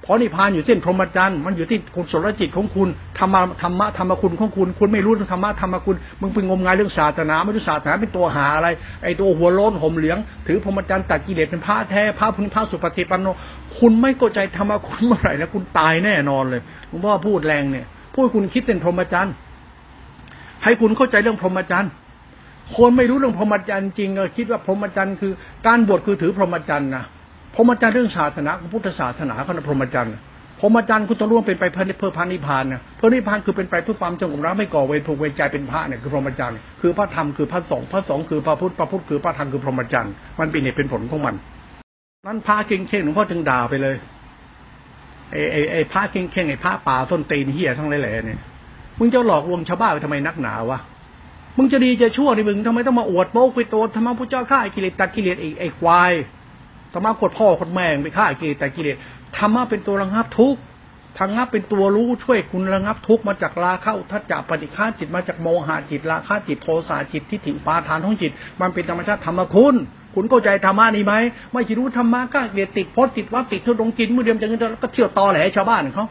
เพราะนิพพานอยู่เส้นพรหมจรรย์มันอยู่ที่กุศลจิตของคุณธรรมคุณของคุณไม่รู้เรื่องธรรมะคุณมึงไปงมงายเรื่องศาสนาไม่รู้ศาสนาเป็นตัวหาอะไรไอ้ตัวหัวโล้นห่มเหลืองถือพรหมจรรย์ตัดกิเลสเป็นพระแท้พระพุทธพระสุปฏิปันโนคุณไม่เข้าใจธรรมะคุณเมื่อไหร่นะคุณตายแน่นอนเลยหลวงพ่อพูดแรงเนี่ยพูดคุณคิดเป็นพรหมจรรย์ให้คุณเข้าใจเรื่องพรหมจรรย์คนไม่รู้เรื่องพรหมจรรย์จริงคิดว่าพรหมจรรย์คือการบวชคือถือพรหมจรรย์นะพรหมจรรย์เรื่องศาสนาของพุทธศาสนาเขาพรหมจรรย์พรหมจรรย์คุณต้องร่วมเป็นไปเพื่อพระนิพพานนะพระนิพพานคือเป็นไปเพื่อความสงบระไม่ก่อเวรผูกเวรใจเป็นพระเนี่ยคือพรหมจรรย์คือพระธรรมคือพระสงฆ์คือพระพุทธคือพระธรรมคือพรหมจรรย์มันเป็นเหตุเป็นผลของมันนั้นพระเก่งๆหลวงพ่อจึงด่าไปเลยไอ้พระเก่งๆไอ้พระป่าต้นตีนเหี้ยทั้งหลายๆเนี่ยมึงจะหลอกลวงชาวบ้านไปทำไมนักหนาวะมึงจะดีจะชั่วนี่มึงทำไมต้องมาอวดโม้ไปโตธรรมะพุทธเจ้าฆ่ากิเลสตัดกิเลสไอ้ควายธรรมะกดพ่อกดแม่ไปฆ่ากิเลสตัดกิเลสธรรมะเป็นตัวระงับทุกข์ธรรมะเป็นตัวรู้ช่วยคุณระงับทุกข์มาจากราคะอุทธัจจะปฏิฆาจิตมาจากโมหะจิตราคะจิตโทสะจิตทิฏฐิอุปาทานของจิตมันเป็นธรรมชาติธรรมคุณเข้าใจธรรมะนี้ไหมไม่ใช่รู้ธรรมะก็เกลียดติดพจน์ติดวัดติดทุดงกินมือเดียมจังแล้วก็เที่ยวตอแหลชาวบ้านเขา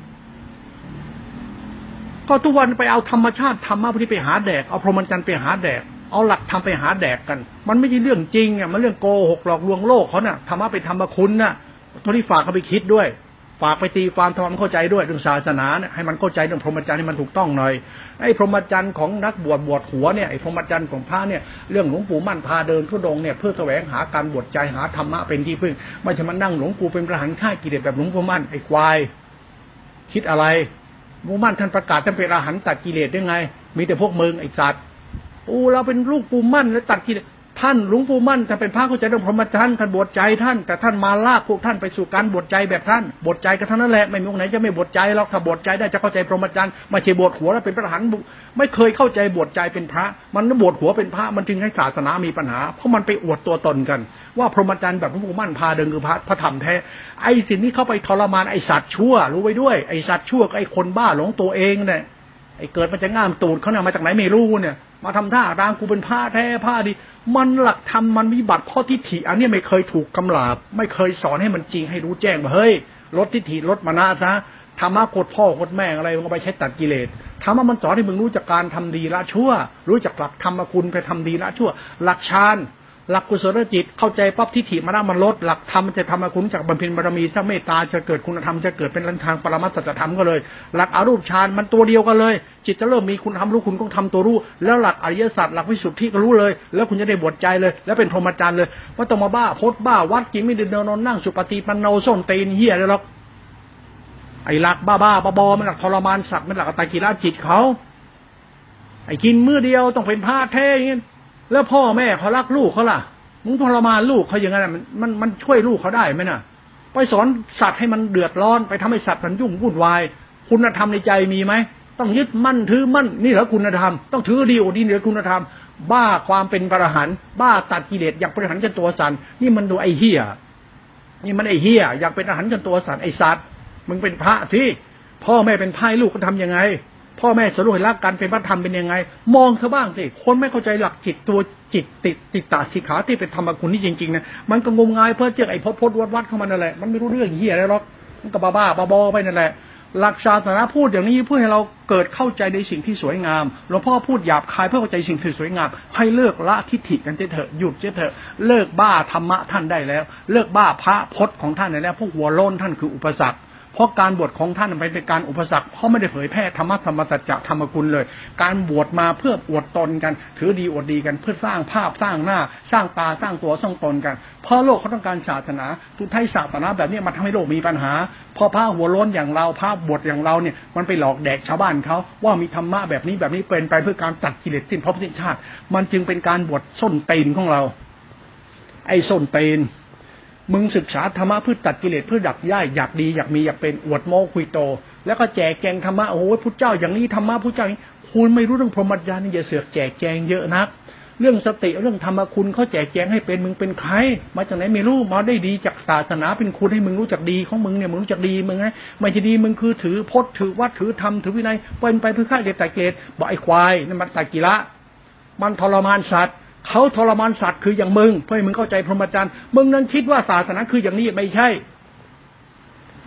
ก็ทุกวันไปเอาธรรมชาติธรรมะพวกนี้ไปหาแดกเอาพรหมจรรย์ไปหาแดกเอาหลักธรรมไปหาแดกกันมันไม่ใช่เรื่องจริงอ่ะมันเรื่องโกหกหลอกลวงโลกเขาน่ะธรรมะเป็นธรรมคุณน่ะตอนนี้ฝากเขาไปคิดด้วยฝากไปตีความทำมันเข้าใจด้วยเรื่องศาสนาเนี่ยให้มันเข้าใจเรื่องพรหมจรรย์ให้มันถูกต้องหน่อยไอ้พรหมจรรย์ของนักบวชหัวเนี่ยไอ้พรหมจรรย์ของพระเนี่ยเรื่องหลวงปู่มั่นพาเดินทุดงเนี่ยเพื่อแสวงหาการบวชใจหาธรรมะเป็นที่พึ่งไม่ใช่มานั่งหลวงปู่เป็นพระหันฆ่ากิเลสแบบหลวงปู่มั่นไอ้ควายคิดอะไรหลวงปู่มั่นท่านประกาศท่านเป็นอรหันต์ตัดกิเลสได้ไงมีแต่พวกมึงไอ้สัตว์เราเป็นลูกปู่มั่นแล้วตัดกิเลสท่านหลวงปู่มั่นท่านเป็นพระเข้าใจเรื่องพรหมจรรย์ท่านบวชใจท่านแต่ท่านมาลากพวกท่านไปสู่การบวชใจแบบท่านบวชใจกันทั้งนั้นแหละไม่มีองค์ไหนจะไม่บวชใจหรอกถ้าบวชใจได้จะเข้าใจพรหมจรรย์ไม่ใช่บวชหัวแล้วเป็นพระอรหันต์ไม่เคยเข้าใจบวชใจเป็นพระมันบวชหัวเป็นพระมันจึงให้ศาสนามีปัญหาเพราะมันไปอวดตัวตนกันว่าพรหมจรรย์แบบหลวงปู่มั่นพาเดินคือพระธรรมแท้ไอ้สิ่งนี้เข้าไปทรมานไอ้สัตว์ชั่วรู้ไว้ด้วยไอ้สัตว์ชั่วไอ้คนบ้าหลงตัวเองเนี่ยไอ้เกิดมันจะง่ามตูดเขาเนี่ยมาจากไหนไม่รู้เนี่ยมาทำท่าทางกูเป็นผ้าแท้ผ้าดีมันหลักธรรมมันวิบัติข้อทิฏฐิอันนี้ไม่เคยถูกกำลาบไม่เคยสอนให้มันจริงให้รู้แจ้งว่าเฮ้ยลดทิฏฐิลดมานะซะธรรมะกดพ่อกดแม่อะไรมันก็ไปใช้ตัดกิเลสธรรมะมันสอนให้มึงรู้จักการทำดีละชั่วรู้จักหลักธรรมคุณไปทำดีละชั่วหลักฌานหลักกุศลจิตเข้าใจปั๊บทิฏฐิมานะมันลดหลักธรรมมันจะทำให้คุณจากบำเพ็ญบารมีถ้าเมตตาจะเกิดคุณธรรมจะเกิดเป็นทางปรมัตถสัจธรรมก็เลยหลักอรูปฌานมันตัวเดียวกันเลยจิตจะเริ่มมีคุณธรรมรู้คุณก็ทำตัวรู้แล้วหลักอริยสัจหลักวิสุทธิก็รู้เลยแล้วคุณจะได้บวชใจเลยแล้วเป็นพรหมจรรย์เลยว่าต้องมาบ้าพดบ้าวัดกินไม่เดินนอนนั่งสุปฏิปันโนส้นตีนเหี้ยเลยหรอกไอ้หลักบ้าบอมันหลักทรมานสัตว์มันหลักอัตตกิลจิตเขาไอ้กินมื้อเดียวต้องเป็นพระแท้อย่างงี้แล้วพ่อแม่เขารักลูกเขาล่ะมึงทรมานลูกเขาอย่างนั้นมันช่วยลูกเขาได้ไหมน่ะไปสอนสัตว์ให้มันเดือดร้อนไปทำให้สัตว์มันยุ่งวุ่นวายคุณธรรมในใจมีไหมต้องยึดมั่นถือมั่นนี่เหรอคุณธรรมต้องถือดีโอดีเหนือคุณธรรมบ้าความเป็นพระอรหันต์บ้าตัดกิเลสอยากเป็นอรหันต์จนตัวสั่นนี่มันดูไอ้เหี้ยนี่มันไอ้เหี้ยอยากเป็นอรหันต์จนตัวสั่นไอ้สัตว์มึงเป็นพระที่พ่อแม่เป็นไพ่ลูกเขาทำยังไงพ่อแม่สรุปให้รักกันเป็นพระธรรมเป็นยังไงมองเขาบ้างสิคนไม่เข้าใจหลักจิตตัวจิตติดตาสิขาที่เป็นธรรมคุณนี่จริงๆนะมันก็งมงายเพื่อเจ้าไอ้พดวัดเข้ามานั่นแหละมันไม่รู้เรื่องเหี้ยอะไรหรอกมันก็บ้าบอไปนั่นแหละหลักศาสนาพูดอย่างนี้เพื่อให้เราเกิดเข้าใจในสิ่งที่สวยงามหลวงพ่อพูดหยาบคายเพื่อเข้าใจสิ่งที่สวยงามให้เลิกละทิฏฐิกันเถอะหยุดเถอะเลิกบ้าธรรมะท่านได้แล้วเลิกบ้าพระพจน์ของท่านได้แล้วพวกหัวโล้นท่านคืออุปสรรคเพราะการบวชของท่านเป็นการอุปสรรคเพราะไม่ได้เผยแพร่ธรรมะสัจจะธรรมคุณเลยการบวชมาเพื่ออวดตนกันถือดีอวดดีกันเพื่อสร้างภาพสร้างหน้าสร้างตาสร้างตัวสร้างตนกันเพราะโลกเขาต้องการศาสนาทุกไทยศาสนาแบบนี้มันทำให้โลกมีปัญหาพอพระหัวโล้นอย่างเราพระบวชอย่างเราเนี่ยมันไปหลอกแดกชาวบ้านเขาว่ามีธรรมะแบบนี้เป็นไปเพื่อการตัดกิเลสสิ้นภพสิ้นชาติมันจึงเป็นการบวชส้นตีนของเราไอ้ส้นตีนมึงศึกษาธรรมะเพื่อตัดกิเลสเพื่อดักย่ายอยากดีอยากมีอยากเป็นอวดโม้คุยโตแล้วก็แจกแจงธรรมะโอ้โหพุทธเจ้าอย่างนี้ธรรมะพุทธเจ้าคุณไม่รู้เรื่องพรหมจรรย์อย่าเสือกแจกแจงเยอะนักเรื่องสติเรื่องธรรมคุณเขาแจกแจงให้เป็นมึงเป็นใครมาจากไหนไม่รู้มาได้ดีจากศาสนาเป็นคุณให้มึงรู้จักดีของมึงเนี่ยมึงรู้จักดีมึงไงไม่ใช่ดีมึงคือถือพจน์ถือวัดถือธรรมถือวินัยเป็นไปเพื่อฆ่าเด็กตัดกิเลสบอกไอ้ควายนั่นมันตัดกิละมันทรมานสัตว์เขาทรมานสัตว์คืออย่างมึงเพื่อให้มึงเข้าใจพรหมจรรย์มึงนั้นคิดว่าศาสนาคืออย่างนี้ไม่ใช่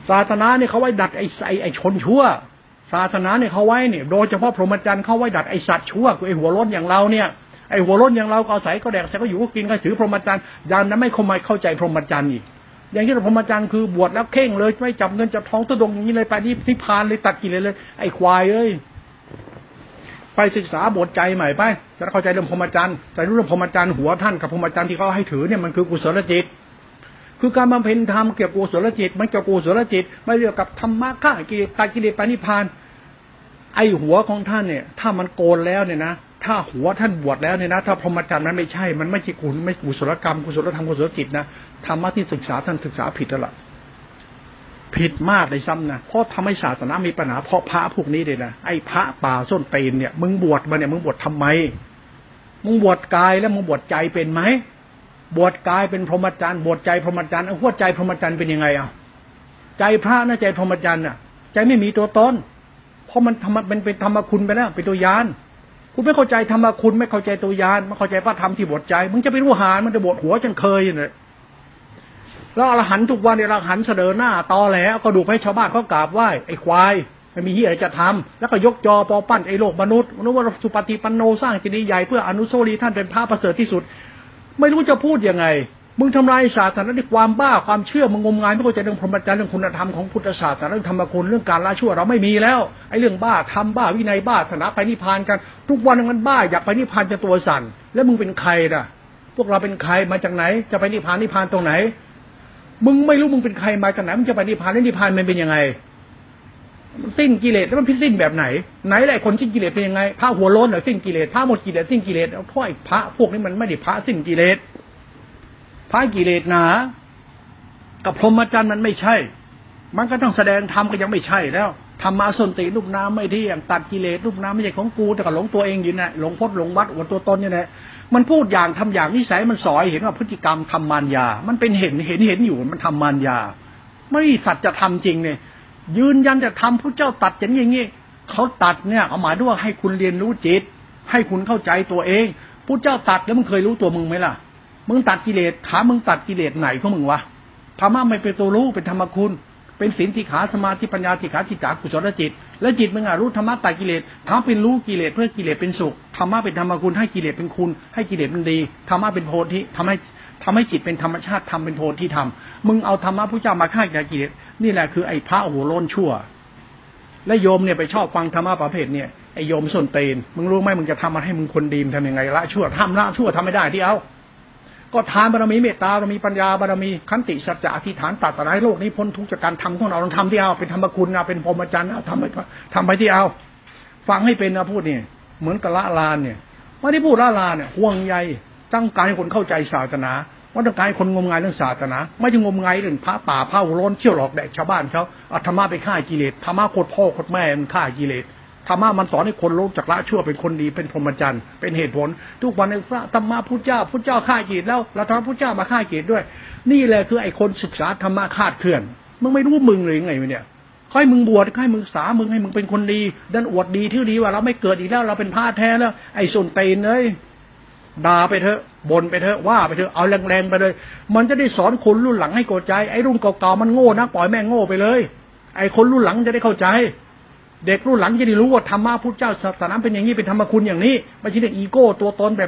ศาสนาเนี่ยเขาไว้ดัดไอ้ชนชั่วศาสนาเนี่ยเขาไว้เนี่ยโดยเฉพาะพรหมจรรย์เขาไว้ดัดไอ้สัตว์ชั่วไอ้หัวล้นอย่างเราเนี่ยไอ้หัวล้นอย่างเราก็อาศัยก็แดกใส่ก็อยู่ก็กินก็ถือพรหมจรรย์ยันนั้นไม่เข้าใจพรหมจรรย์อีกอย่างที่พรหมจรรย์คือบวชแล้วเข่งเลยไม่จับเงินจับทองตุดงอย่างนี้เลยไปนิพพานเลยตัดกิเลสเลยไอ้ควายเอ้ยไปศึกษาบทใจใหม่ไปจะเข้าใจเรื่องพรหมจรรย์แต่รู้เรื่องพรหมจรรย์หัวท่านกับพรหมจรรย์ที่เขาให้ถือเนี่ยมันคือกุศลจิตคือการบำเพ็ญธรรมเกี่ยวกับกุศลจิตมันเกี่ยวกับกุศลจิตไม่เกี่ยวกับธรรมะฆ่ากิเลสตัดกิเลสไปนิพพานไอ้หัวของท่านเนี่ยถ้ามันโกนแล้วเนี่ยนะถ้าหัวท่านบวชแล้วเนี่ยนะถ้าพรหมจรรย์นั้นไม่ใช่มันไม่ใช่กุศลกรรมกุศลธรรมกุศลจิตนะธรรมะที่ศึกษาท่านศึกษาผิดแล้วล่ะผิดมากเลยซ้ำนะเพราะทำให้ศาสนามีปัญหาเพราะพระพวกนี้เลยนะไอ้พระป่าส้นตีนเนี่ยมึงบวชมาเนี่ยมึงบวชทำไมมึงบวชกายแล้วมึงบวชใจเป็นไหมบวชกายเป็นพรหมจรรย์บวชใจพรหมจรรย์หัวใจพรหมจรรย์เป็นยังไงใจพระนะใจพรหมจรรย์น่ะใจไม่มีตัวตนเพราะมันเป็นธรรมคุณไปแล้วเป็นตัวยานคุณไม่เข้าใจธรรมคุณไม่เข้าใจตัวยานไม่เข้าใจพระธรรมที่บวชใจมึงจะไปรู้หารมันจะบวชหัวจนเคยเนี่ยแล้วอรหันต์ทุกวันเนี่ยอรหันต์เสนอหน้าตอแหลก็ดูให้ชาวบ้านเขากราบไหว้ไอ้ควายไม่มีเหี้ยอะไรจะทำแล้วก็ยกจอปอปั้นไอ้โลกมนุษย์ว่าสุปฏิปันโนสร้างเจดีย์ใหญ่เพื่ออนุโสรีท่านเป็นพระประเสริฐที่สุดไม่รู้จะพูดยังไงมึงทำลายศาสนาด้วยความบ้าความเชื่อมึงงมงายไม่เข้าใจเรื่องพรหมจรรย์เรื่องคุณธรรมของพุทธศาสนาเรื่องธรรมคุณเรื่องการละชั่วเราไม่มีแล้วไอ้เรื่องบ้าทำบ้าวินัยบ้าศาสนาไปนิพพานกันทุกวันมันบ้าอยากไปนิพพานจะตัวสั่นแล้วมึงเป็นใครล่ะพวกเราเป็นใครมาจากไหนจะไปนิพพานตรงไหนมึงไม่รู้มึงเป็นใครมาจากไหนมึงจะไปนิพพานแล้วนิพพานมันเป็นยังไงสิ้นกิเลสแล้วมันพิสิ้นแบบไหนแหละคนสิ้นกิเลสเป็นยังไงพระหัวโล้นเหรอสิ้นกิเลสพระหมดกิเลสสิ้นกิเลสเอาพ่อไอ้พระพวกนี้มันไม่ได้พระสิ้นกิเลสพระกิเลสหนากับพรหมจรรย์มันไม่ใช่มันก็ต้องแสดงธรรมก็ยังไม่ใช่แล้วธรรมะสนติรูปน้ำไม่เที่ยงตัดกิเลสรูปน้ำไม่ใช่ของกูแต่ก็หลงตัวเองอยู่น่ะหลงพจน์หลงวัดอวดตัวตนอยู่น่ะมันพูดอย่างทำอย่างนิสัยมันสอยเห็นว่าพฤติกรรมทำมารยามันเป็นเห็นอยู่มันทำมารยาไม่สัจจะทำจริงเนี่ยยืนยันจะทำพระเจ้าตัดอย่างนี้เขาตัดเนี่ยเอาหมายถึงว่าให้คุณเรียนรู้จิตให้คุณเข้าใจตัวเองพระเจ้าตัดแล้วมึงเคยรู้ตัวมึงไหมล่ะมึงตัดกิเลสขามึงตัดกิเลสไหนของมึงวะธรรมะไม่เป็นตัวรู้เป็นธรรมคุณเป็นศีลที่ขาสมาธิปัญญาที่ขาจิตตากุศลจิตและจิตมึงรู้ธรรมะตัดกิเลสทำเป็นรู้กิเลสเพื่อกิเลสเป็นสุขธรรมะเป็นธรรมคุณให้กิเลสเป็นคุณให้กิเลสเป็นดีธรรมะเป็นโพธิทำให้จิตเป็นธรรมชาติทำเป็นโพธิธรรมมึงเอาธรรมะพระเจ้ามาฆ่ากิเลสนี่แหละคือไอ้พระหัวโล้นชั่วและโยมเนี่ยไปชอบฟังธรรมะประเภทเนี่ยไอ้โยมส้นตีนมึงรู้ไหมมึงจะทำมันให้มึงคนดีทำยังไงละชั่วทำไม่ได้ที่เอาก็ทานบารมีเมตตาบารมีปัญญาบารมีขันติสัจจะอธิษฐานปรารถนาให้โลกนี้พ้นทุกข์จากการทำของเราต้องทำที่เอาเป็นธรรมคุณเป็นพรหมจรรย์ทำไปที่เอาฟังให้เป็นนะพูดนี่เหมือนกับละลานเนี่ยไม่ได้พูดละลานเนี่ยห่วงใยต้องการให้คนเข้าใจศาสนาว่าต้องการให้คนงมงายเรื่องศาสนาไม่ใช่งมงายเรื่องพระป่าพระหัวโล้นเชี่ยวหลอกแดกชาวบ้านเขาเอาธรรมะไปฆ่ากิเลสธรรมะโคตรพ่อโคตรแม่มันฆ่ากิเลสธรรมะมันสอนให้คนรู้จักละชั่วเป็นคนดีเป็นพรหมจรรย์เป็นเหตุผลทุกวันในธรรมะพุทธเจ้าฆ่ากิเลสแล้วเราทำพุทธเจ้ามาฆ่ากิเลสด้วยนี่แหละคือไอ้คนศึกษาธรรมะคาดเคลื่อนมึงไม่รู้มึงเลยไงเนี่ยให้มึงบวชให้มึงสามึงให้มึงเป็นคนดีดันอวดดีที่ดีว่าเราไม่เกิดอีกแล้วเราเป็นพระแท้แล้วไอ้ส่วนเตนเลยด่าไปเถอะบ่นไปเถอะว่าไปเถอะเอาแรงๆไปเลยมันจะได้สอนคนรุ่นหลังให้เข้าใจไอ้รุ่นเก่าๆมันโง่นะปล่อยแม่งโง่ไปเลยไอ้คนรุ่นหลังจะได้เข้าใจเด็กรุ่นหลังจะได้รู้ว่าธรรมะพุทธเจ้าศาสนาเป็นอย่างนี้เป็นธรรมคุณอย่างนี้ไม่ใช่เรื่องอีโก้ตัวตนแบบ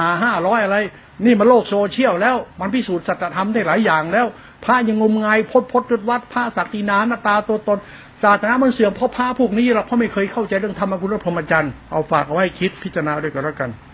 500อะไรนี่มันโลกโซเชียลแล้วมันพิสูจน์สัจธรรมได้หลายอย่างแล้วพระยังงมงายพดวัดพระศักดินาหน้าตาตัวตนศาสนามันเสื่อมเพราะพระพวกนี้เราเพราะไม่เคยเข้าใจเรื่องธรรมคุณและพรหมจรรย์เอาฝากเอาไว้คิดพิจารณาด้วยกันแล้วกัน